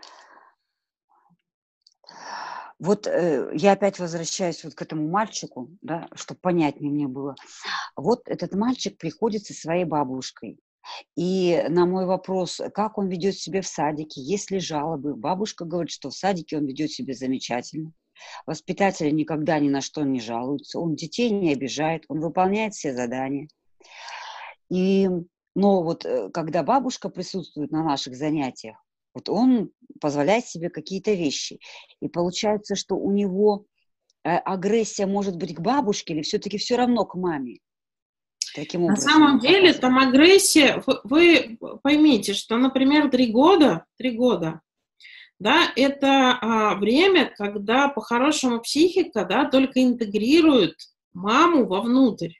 Вот э, я опять возвращаюсь вот к этому мальчику, да, чтобы понятнее мне было. Вот этот мальчик приходит со своей бабушкой. И на мой вопрос, как он ведет себя в садике, есть ли жалобы, бабушка говорит, что в садике он ведет себя замечательно. Воспитатели никогда ни на что не жалуются, он детей не обижает, он выполняет все задания. И, но вот э, когда бабушка присутствует на наших занятиях, вот он позволяет себе какие-то вещи. И получается, что у него э, агрессия может быть к бабушке или все-таки все равно к маме. Таким На образом, самом он деле показывает. там агрессия, вы, вы поймите, что, например, три года, три года, да, это а, время, когда по-хорошему психика, да, только интегрирует маму вовнутрь.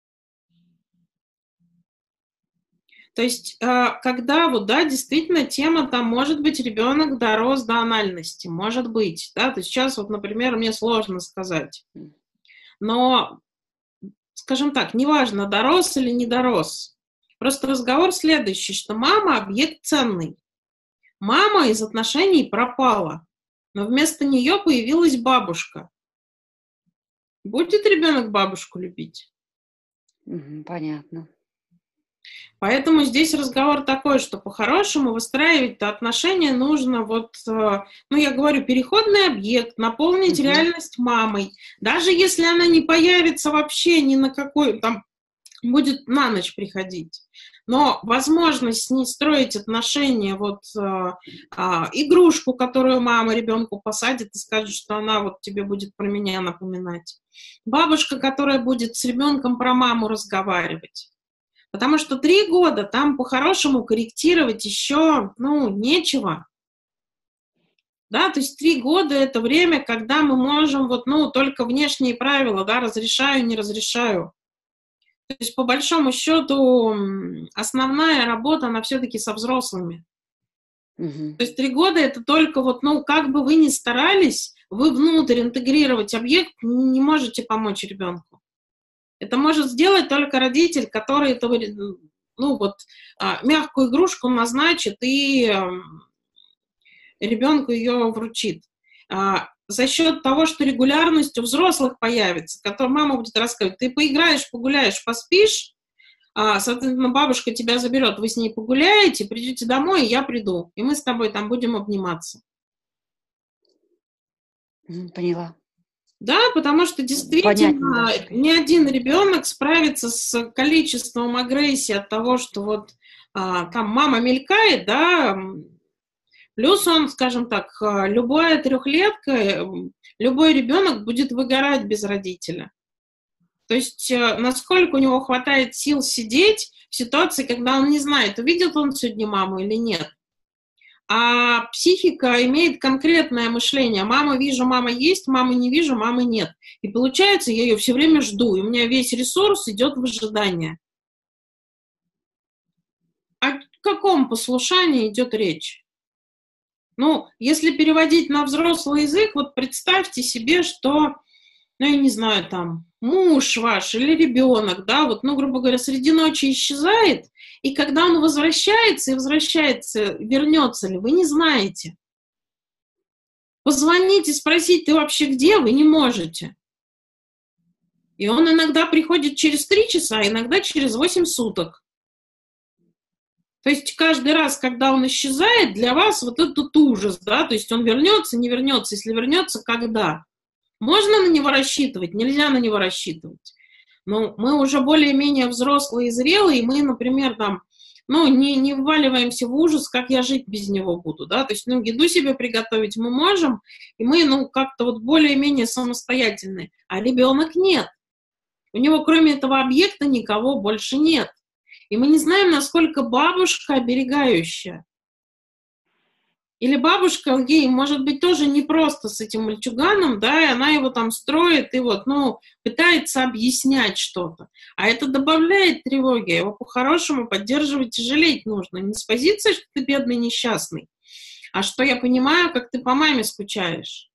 То есть, а, когда вот, да, действительно тема там, может быть, ребенок дорос до анальности, может быть, да, то есть сейчас вот, например, мне сложно сказать, но, скажем так, неважно, дорос или не дорос, просто разговор следующий, что мама объект ценный. Мама из отношений пропала, но вместо нее появилась бабушка. Будет ребенок бабушку любить? Мгм, понятно. Поэтому здесь разговор такой, что по-хорошему выстраивать-то отношения нужно вот, э, ну, я говорю, переходный объект, наполнить Мгм. реальность мамой. Даже если она не появится вообще ни на какой, там, будет на ночь приходить. Но возможность с ней строить отношения, вот э, а, игрушку, которую мама ребенку посадит и скажет, что она вот тебе будет про меня напоминать. Бабушка, которая будет с ребенком про маму разговаривать. Потому что три года там по-хорошему корректировать еще, ну, нечего. Да, то есть три года — это время, когда мы можем вот, ну, только внешние правила, да, разрешаю, не разрешаю. То есть, по большому счету, основная работа, она все-таки со взрослыми. Мгм. То есть три года — это только вот, ну, как бы вы ни старались, вы внутрь интегрировать объект не можете помочь ребенку. Это может сделать только родитель, который это, ну, вот, мягкую игрушку назначит и ребенку ее вручит. За счет того, что регулярность у взрослых появится, которую мама будет рассказывать, ты поиграешь, погуляешь, поспишь, соответственно, бабушка тебя заберет, вы с ней погуляете, придете домой, и я приду, и мы с тобой там будем обниматься. Мгм, поняла. Да, потому что действительно Понятнее, да, теперь. ни один ребенок справится с количеством агрессии от того, что вот а, там мама мелькает, да, плюс он, скажем так, любая трехлетка, любой ребенок будет выгорать без родителя. То есть насколько у него хватает сил сидеть в ситуации, когда он не знает, увидит он сегодня маму или нет. А психика имеет конкретное мышление. Мама вижу, мама есть, мамы не вижу, мамы нет. И получается, я ее все время жду, и у меня весь ресурс идет в ожидание. О каком послушании идет речь? Ну, если переводить на взрослый язык, вот представьте себе, что, ну, я не знаю, там, муж ваш или ребенок, да, вот, ну, грубо говоря, среди ночи исчезает, и когда он возвращается, и возвращается, вернется ли, вы не знаете. Позвонить и спросить, ты вообще где, вы не можете. И он иногда приходит через три часа, а иногда через восемь суток. То есть каждый раз, когда он исчезает, для вас вот этот ужас, да, то есть он вернется, не вернется, если вернется, когда? Можно на него рассчитывать, нельзя на него рассчитывать. Но мы уже более-менее взрослые и зрелые, и мы, например, там, ну, не, не вваливаемся в ужас, как я жить без него буду, да, то есть, ну, еду себе приготовить мы можем, и мы, ну, как-то вот более-менее самостоятельны, а ребенок нет. У него, кроме этого объекта, никого больше нет. И мы не знаем, насколько бабушка оберегающая. Или бабушка, ей, может быть, тоже не просто с этим мальчуганом, да, и она его там строит и вот, ну, пытается объяснять что-то. А это добавляет тревоги, его по-хорошему поддерживать и жалеть нужно. Не с позиции, что ты бедный, несчастный, а что я понимаю, как ты по маме скучаешь.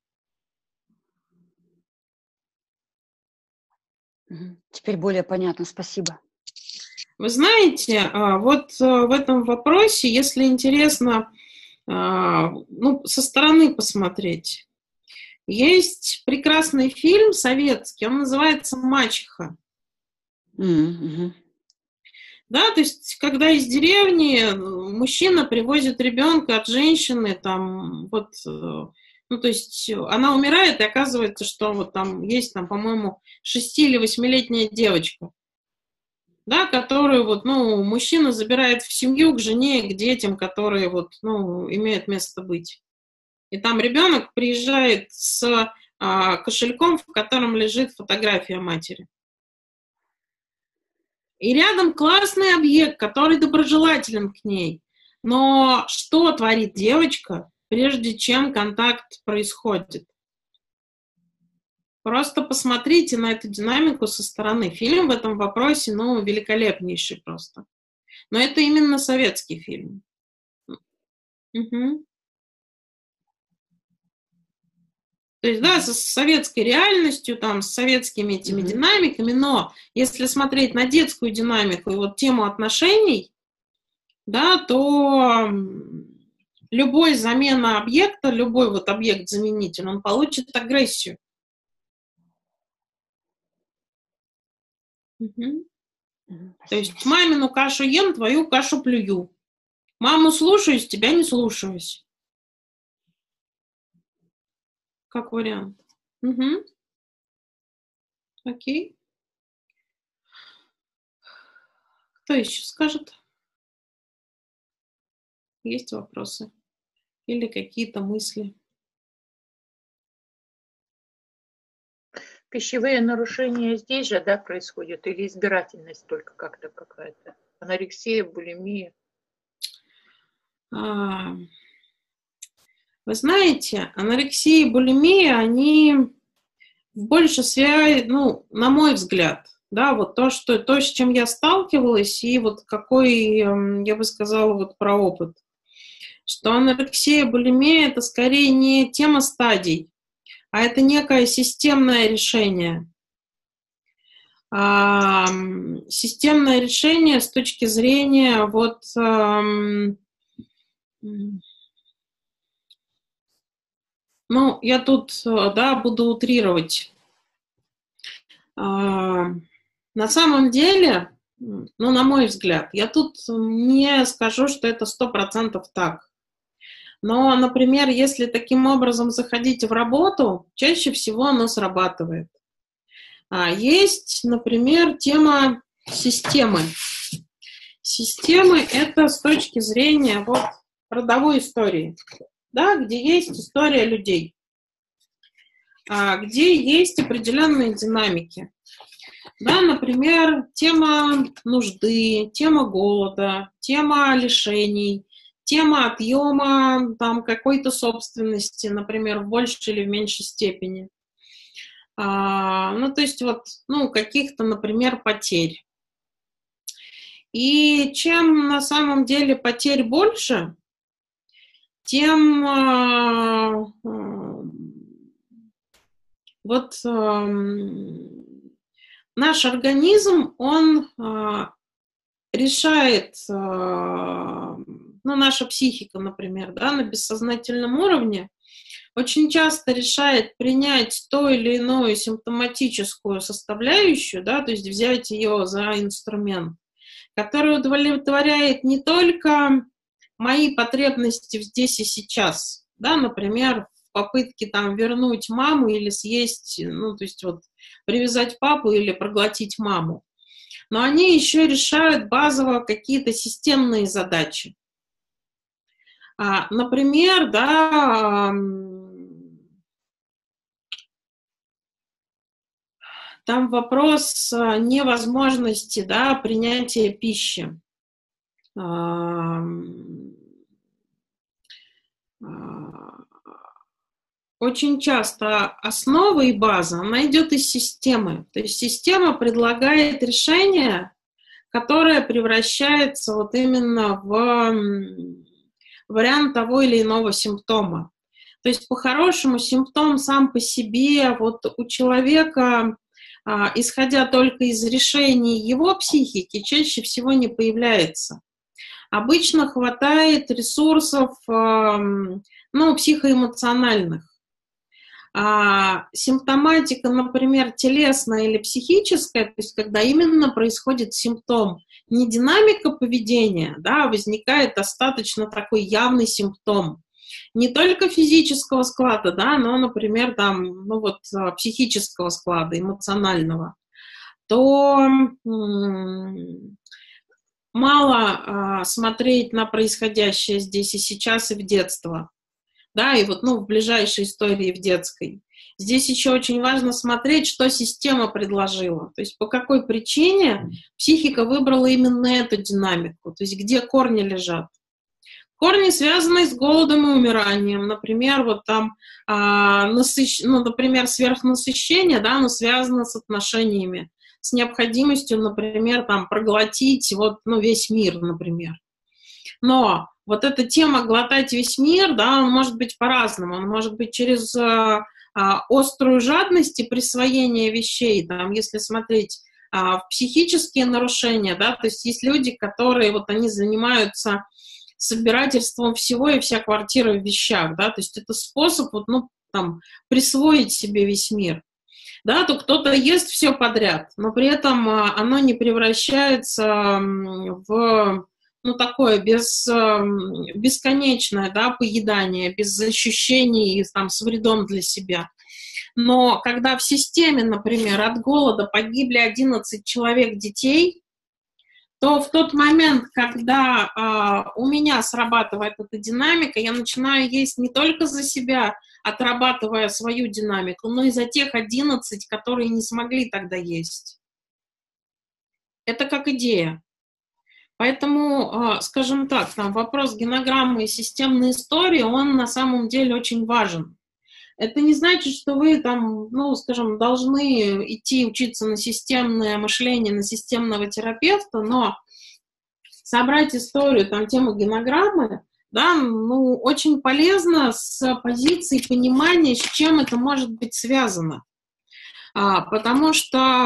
Теперь более понятно, спасибо. Вы знаете, вот в этом вопросе, если интересно, ну, со стороны посмотреть, есть прекрасный фильм советский, он называется «Мачеха». Mm-hmm. Да, то есть, когда из деревни мужчина привозит ребенка от женщины, там, вот, ну, то есть, она умирает, и оказывается, что вот там есть, там, по-моему, шести- или восьмилетняя девочка, да, которую вот, ну, мужчина забирает в семью, к жене, к детям, которые вот, ну, имеют место быть. И там ребенок приезжает с а, кошельком, в котором лежит фотография матери. И рядом классный объект, который доброжелателен к ней. Но что творит девочка, прежде чем контакт происходит? Просто посмотрите на эту динамику со стороны. Фильм в этом вопросе, ну, великолепнейший просто. Но это именно советский фильм. Угу. То есть, да, со советской реальностью, там, с советскими этими mm-hmm. динамиками, но если смотреть на детскую динамику и вот тему отношений, да, то любой замена объекта, любой вот объект-заменитель, он получит агрессию. Угу. Mm-hmm. То есть мамину кашу ем, твою кашу плюю. Маму слушаюсь, тебя не слушаюсь. Как вариант. Угу. Окей. Кто еще скажет? Есть вопросы? Или какие-то мысли? Пищевые нарушения здесь же, да, происходят? Или избирательность только как-то какая-то? Анорексия, булимия? А, вы знаете, анорексия и булимия, они больше связаны, ну, на мой взгляд, да, вот то, что, то, с чем я сталкивалась, и вот какой, я бы сказала, вот про опыт, что анорексия, булимия – это скорее не тема стадий, а это некое системное решение. А, системное решение с точки зрения вот… Ну, я тут, да, буду утрировать. А, на самом деле, ну, на мой взгляд, я тут не скажу, что это сто процентов так. Но, например, если таким образом заходить в работу, чаще всего оно срабатывает. А есть, например, тема системы. Системы – это с точки зрения вот родовой истории, да, где есть история людей, а, где есть определенные динамики. Да, например, тема нужды, тема голода, тема лишений, тема отъема там, какой-то собственности, например, в большей или в меньшей степени. А, ну, то есть вот, ну, каких-то, например, потерь. И чем на самом деле потерь больше, тем а, а, вот а, наш организм, он а, решает, а, ну, наша психика, например, да, на бессознательном уровне, очень часто решает принять ту или иную симптоматическую составляющую, да, то есть взять ее за инструмент, который удовлетворяет не только мои потребности здесь и сейчас, да, например, в попытке там вернуть маму или съесть, ну, то есть вот привязать папу или проглотить маму, но они еще решают базово какие-то системные задачи. А, например, да, там вопрос невозможности, да, принятия пищи. Очень часто основа и база, она идет из системы. То есть система предлагает решение, которое превращается вот именно в вариант того или иного симптома. То есть по-хорошему симптом сам по себе, вот у человека а, исходя только из решений его психики, чаще всего не появляется. Обычно хватает ресурсов, а, ну, психоэмоциональных. А, симптоматика, например, телесная или психическая, то есть когда именно происходит симптом, не динамика поведения, да, а возникает достаточно такой явный симптом. Не только физического склада, да, но, например, там, ну вот, психического склада, эмоционального, то м- мало а, смотреть на происходящее здесь и сейчас, и в детство. Да, и вот, ну, в ближайшей истории, в детской. Здесь еще очень важно смотреть, что система предложила. То есть по какой причине психика выбрала именно эту динамику. То есть где корни лежат. Корни связаны с голодом и умиранием. Например, вот там, а, насыщ... ну, например, сверхнасыщение, да, оно связано с отношениями, с необходимостью, например, там, проглотить вот, ну, весь мир, например. Но вот эта тема глотать весь мир, да, он может быть по-разному. Он может быть через а, а, острую жадность и присвоение вещей. Там, если смотреть а, в психические нарушения, да, то есть есть люди, которые вот они занимаются собирательством всего, и вся квартира в вещах, да, то есть это способ вот, ну, там, присвоить себе весь мир. Да, то кто-то ест все подряд, но при этом а, оно не превращается в... ну, такое без, бесконечное, да, поедание, без ощущений там, с вредом для себя. Но когда в системе, например, от голода погибли одиннадцать человек детей, то в тот момент, когда а, у меня срабатывает эта динамика, я начинаю есть не только за себя, отрабатывая свою динамику, но и за тех одиннадцать, которые не смогли тогда есть. Это как идея. Поэтому, скажем так, там вопрос генограммы и системной истории, он на самом деле очень важен. Это не значит, что вы там, ну, скажем, должны идти учиться на системное мышление, на системного терапевта, но собрать историю, там, тему генограммы, да, ну, очень полезно с позиции понимания, с чем это может быть связано. А, потому что...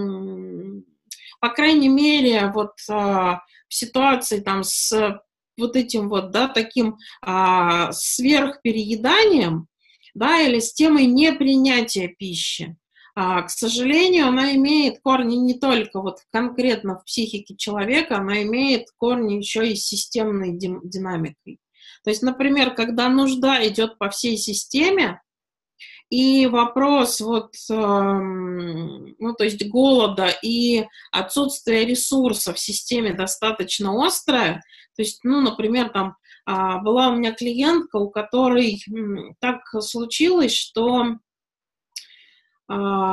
По крайней мере, вот а, в ситуации там с вот этим вот, да, таким а, сверхперееданием, да, или с темой непринятия пищи, а, к сожалению, она имеет корни не только вот конкретно в психике человека, она имеет корни еще и с системной динамикой. То есть, например, когда нужда идет по всей системе, и вопрос вот, э, ну, то есть голода и отсутствие ресурсов в системе достаточно острое. То есть, ну, например, там э, была у меня клиентка, у которой э, так случилось, что э,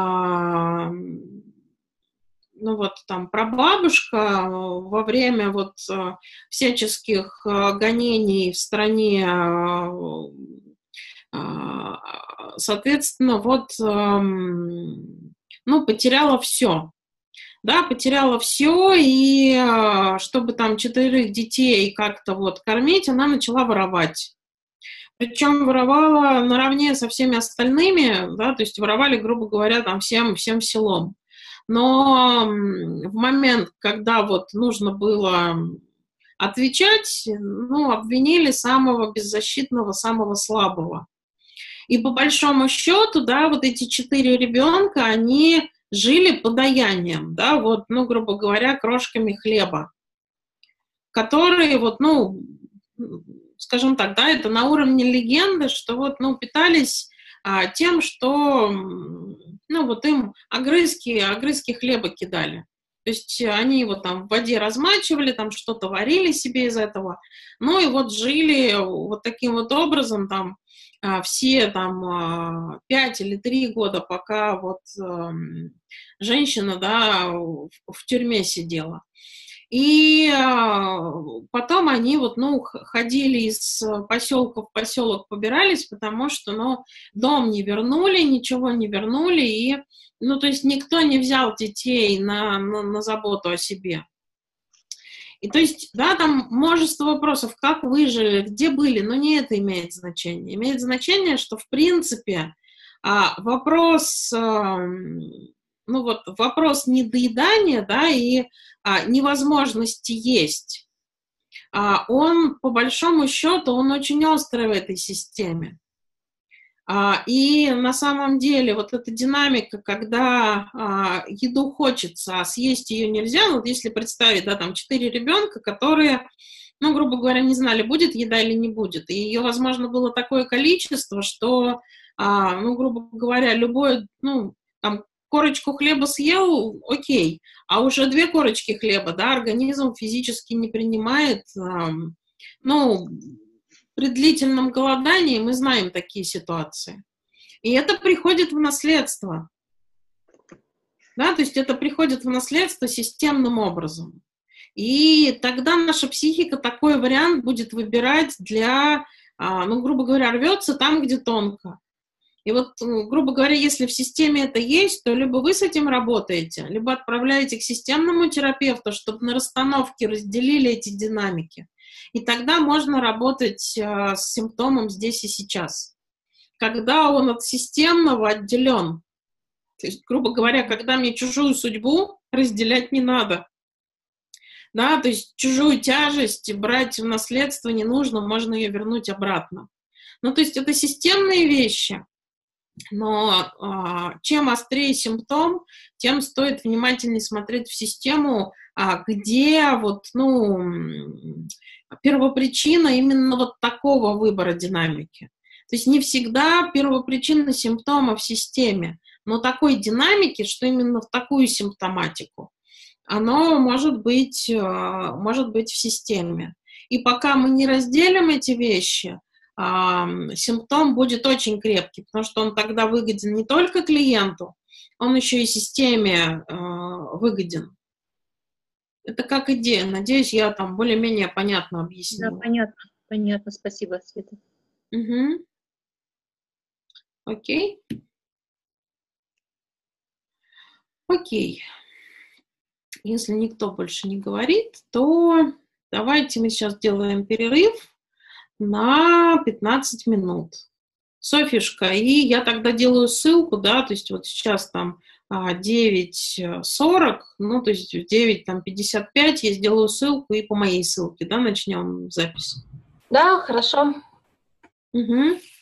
ну вот там прабабушка во время вот э, всяческих э, гонений в стране э, соответственно, вот, ну, потеряла все. Да, потеряла все, и чтобы там четырех детей как-то вот кормить, она начала воровать. Причем воровала наравне со всеми остальными, да, то есть воровали, грубо говоря, там всем, всем селом. Но в момент, когда вот нужно было отвечать, ну, обвинили самого беззащитного, самого слабого. И по большому счету, да, вот эти четыре ребенка, они жили подаянием, да, вот, ну, грубо говоря, крошками хлеба, которые вот, ну, скажем так, да, это на уровне легенды, что вот, ну, питались а, тем, что, ну, вот им огрызки, огрызки хлеба кидали. То есть они его там в воде размачивали, там что-то варили себе из этого, ну, и вот жили вот таким вот образом, там, все там пять или три года, пока вот э, женщина, да, в, в тюрьме сидела. И э, потом они вот, ну, ходили из поселка в поселок, побирались, потому что, ну, дом не вернули, ничего не вернули, и, ну, то есть никто не взял детей на, на, на заботу о себе. И то есть, да, там множество вопросов, как выжили, где были, но не это имеет значение. Имеет значение, что, в принципе, вопрос ну вот вопрос недоедания, да, и а, невозможности есть, а, он, по большому счету, он очень острый в этой системе. А, и на самом деле вот эта динамика, когда а, еду хочется, а съесть ее нельзя, вот если представить, да, там четыре ребенка, которые, ну, грубо говоря, не знали, будет еда или не будет, и ее, возможно, было такое количество, что, а, ну, грубо говоря, любое, ну, там, корочку хлеба съел, окей, а уже две корочки хлеба, да, организм физически не принимает, а, ну, при длительном голодании мы знаем такие ситуации. И это приходит в наследство. Да, то есть это приходит в наследство системным образом. И тогда наша психика такой вариант будет выбирать для, ну, грубо говоря, рвется там, где тонко. И вот, грубо говоря, если в системе это есть, то либо вы с этим работаете, либо отправляете к системному терапевту, чтобы на расстановке разделили эти динамики. И тогда можно работать а, с симптомом здесь и сейчас. Когда он от системного отделен. То есть, грубо говоря, когда мне чужую судьбу разделять не надо. Да, то есть чужую тяжесть брать в наследство не нужно, можно ее вернуть обратно. Ну, то есть это системные вещи. Но а, чем острее симптом, тем стоит внимательнее смотреть в систему, а, где вот, ну, первопричина именно вот такого выбора динамики. То есть не всегда первопричина симптома в системе, но такой динамики, что именно в такую симптоматику, оно может быть, может быть в системе. И пока мы не разделим эти вещи, симптом будет очень крепкий, потому что он тогда выгоден не только клиенту, он еще и системе выгоден. Это как идея. Надеюсь, я там более-менее понятно объяснила. Да, понятно, понятно. Спасибо, Света. Угу. Окей. Окей. Если никто больше не говорит, то давайте мы сейчас делаем перерыв на пятнадцать минут. Софишка, и я тогда делаю ссылку, да, то есть вот сейчас там девять сорок, ну, то есть в девять пятьдесят пять я сделаю ссылку и по моей ссылке, да, начнем запись. Да, хорошо. Угу.